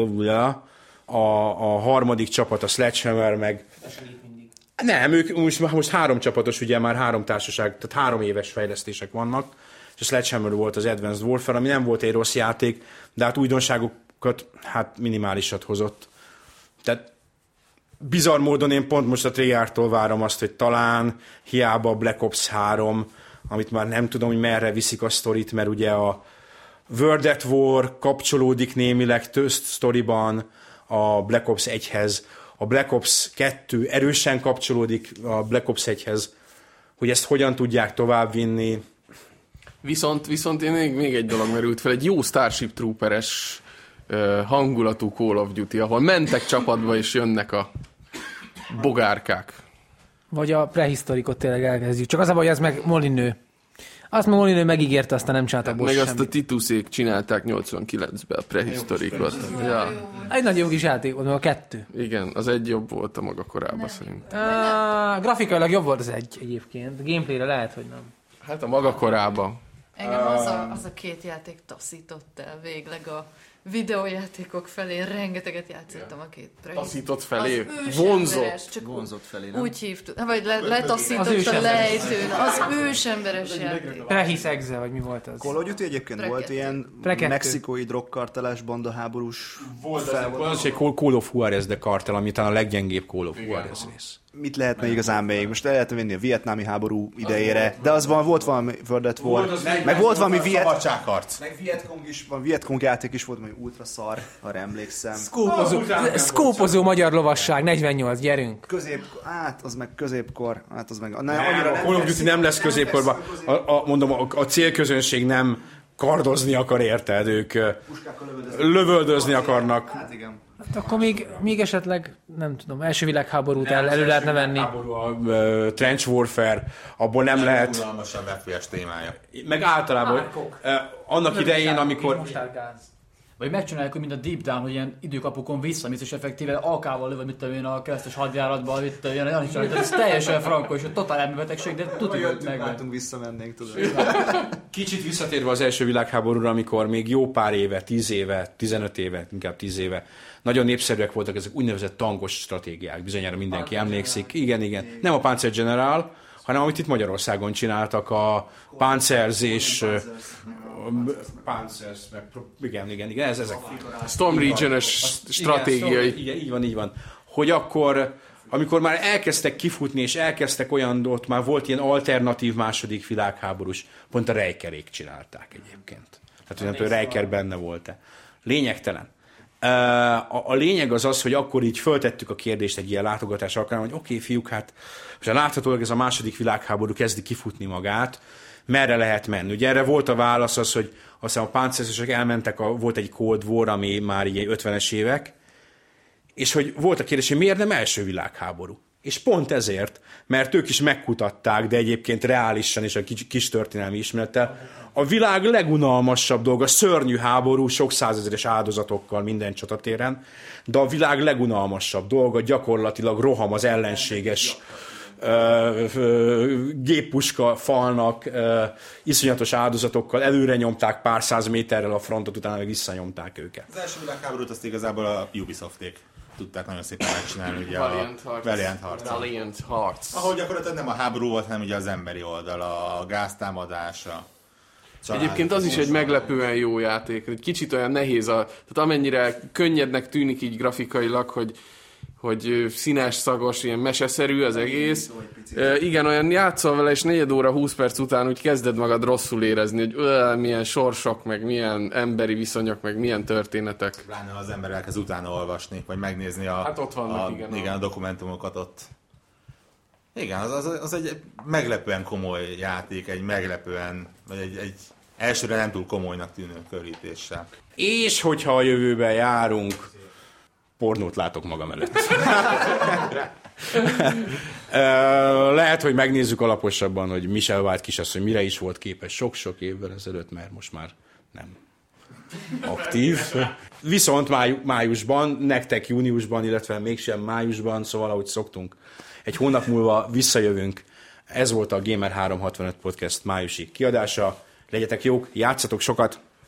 a, a harmadik csapat, a Sledgehammer, meg... Nem, ők most, most három csapatos, ugye már három társaság, tehát három éves fejlesztések vannak, és a Sledgehammer volt az Advanced Warfare, ami nem volt egy rossz játék, de hát újdonságokat hát minimálisat hozott. Tehát bizarr módon én pont most a Treyarchtól várom azt, hogy talán hiába a Black Ops három, amit már nem tudom, hogy merre viszik a sztorit, mert ugye a World at War kapcsolódik némileg tözt sztoriban a Black Ops egyhez, a Black Ops kettő erősen kapcsolódik a Black Ops egyhez, hogy ezt hogyan tudják továbbvinni. Viszont, viszont én még, még egy dolog merült fel, egy jó Starship Trooper-es uh, hangulatú Call of Duty, ahol mentek csapatba és jönnek a bogárkák. Vagy a prehisztorikot tényleg elkezdjük. Csak az a baj, hogy ez meg Molinő. Azt meg Molinő megígérte, aztán nem csináltak meg semmit. Azt a Tituszék csinálták nyolcvankilencben a prehisztorikot. Ja. Egy nagyon jó kis játék volt, meg a kettő. Igen, az egy jobb volt a maga korában szerintem. Uh, grafikailag jobb volt az egy egyébként. Gameplayre lehet, hogy nem. Hát a maga korában. Engem az a, az a két játék taszított el végleg a videójátékok felé. Rengeteget játszottam a két prehisztorikus. Taszított felé? Vonzott? Csak Vonzott felé, nem? úgy hívtuk. Vagy le, letaszított a lejtőn. Az ősemberes játék. Prehisz Exe, vagy mi volt az? Call of Duty egyébként Pre volt ilyen Pre mexikói drogkartelás, bandaháborús Volt az egy Call of Juarez de kartel, ami talán a leggyengébb Call of Juarez rész. Mit lehetne igazán még? Most el lehetne venni a vietnámi háború idejére, de az van, volt valami World at War, meg, meg volt valami Viet... Szabadságharc. Meg Vietkong is, van Vietkong játék is volt, ami ultra szar, arra emlékszem. Skópozó, skópozó magyar lovasság, negyvennyolc, gyerünk. Közép, hát az meg középkor, hát az meg... Ne, Nem, annyira a Call of Duty nem lesz középkorban. A, a, mondom, a, a célközönség nem kardozni akar, érted? Ők lövöldözni akarnak. Hát igen. Hát akkor még, még esetleg, nem tudom, első világháborút el, elő lehetne venni. Háború, a uh, Trench Warfare, abból nem, nem lehet... Unalmasabb ef pé es témája. Meg általában, uh, annak idején, amikor... vagy megcsinálják, hogy mint a Deep Down, hogy ilyen időkapukon visszamész, és effektíve alkával lő, vagy mit tudom én a keresztes hadjáratban, mit tudom én, ez teljesen frankó, és a totál elmebetegség, de tudjuk, hogy megvan. visszamennénk, tudod. Kicsit visszatérve az első világháborúra, amikor még jó pár éve, tíz éve, tizenöt éve, inkább tíz éve, nagyon népszerűek voltak ezek úgynevezett tankos stratégiák, bizonyára mindenki emlékszik. Igen, igen. Nem a Panzergeneral, hanem amit itt Magyarországon csináltak, a páncerzés, Panzers, meg, igen, igen, igen, ez, ezek. Storm Region-es stratégiai. Igen, igen, így van, így van. Hogy akkor, amikor már elkezdtek kifutni, és elkezdtek olyan, ott már volt ilyen alternatív második világháborús, pont a Rejkerék csinálták egyébként. Tehát, hogy nem tudom, Rejker benne volt-e. Lényegtelen. A, a lényeg az az, hogy akkor így föltettük a kérdést egy ilyen látogatás alkalmán, hogy oké, okay, fiúk, hát most láthatólag ez a második világháború kezdi kifutni magát, merre lehet menni. Ugye erre volt a válasz az, hogy azt hiszem a páncérzesek elmentek, a, volt egy Cold War, ami már így ötvenes évek, és hogy volt a kérdés, hogy miért nem első világháború. És pont ezért, mert ők is megkutatták, de egyébként reálisan és a kis, kis történelmi ismerettel, a világ legunalmasabb dolga, szörnyű háború, sok százezeres áldozatokkal minden csatatéren, de a világ legunalmasabb dolga gyakorlatilag roham az ellenséges ö, ö, géppuska falnak, ö, iszonyatos áldozatokkal, előre nyomták pár száz méterrel a frontot, utána meg visszanyomták őket. Az első világháborút azt igazából a Ubisofték tudták nagyon szépen megcsinálni, ugye Valiant a Hearts. Valiant Hearts. Valiant Hearts. Ahol gyakorlatilag nem a háború volt, hanem ugye az emberi oldal, a gáztámadása. Egyébként az is egy meglepően jó játék. Egy kicsit olyan nehéz, a, tehát amennyire könnyednek tűnik így grafikailag, hogy, hogy színes, szagos, ilyen meseszerű az egész. E, igen, olyan játszol vele, és negyed óra, húsz perc után úgy kezded magad rosszul érezni, hogy öh, milyen sorsok, meg milyen emberi viszonyok, meg milyen történetek. Pláne az ember elkezd utána olvasni, vagy megnézni a, hát ott vannak, a, igen, igen, a dokumentumokat ott. Igen, az, az, az egy meglepően komoly játék, egy meglepően, vagy egy, egy elsőre nem túl komolynak tűnő körítéssel. És hogyha a jövőben járunk, pornót látok magam előtt. Lehet, hogy megnézzük alaposabban, hogy Michelle White kisasszony mire is volt képes sok-sok évvel ezelőtt, mert most már nem aktív. Viszont máj, májusban, nektek júniusban, illetve mégsem májusban, szóval ahogy szoktunk, egy hónap múlva visszajövünk. Ez volt a Gamer háromszázhatvanöt Podcast májusi kiadása. Legyetek jók, játszatok sokat!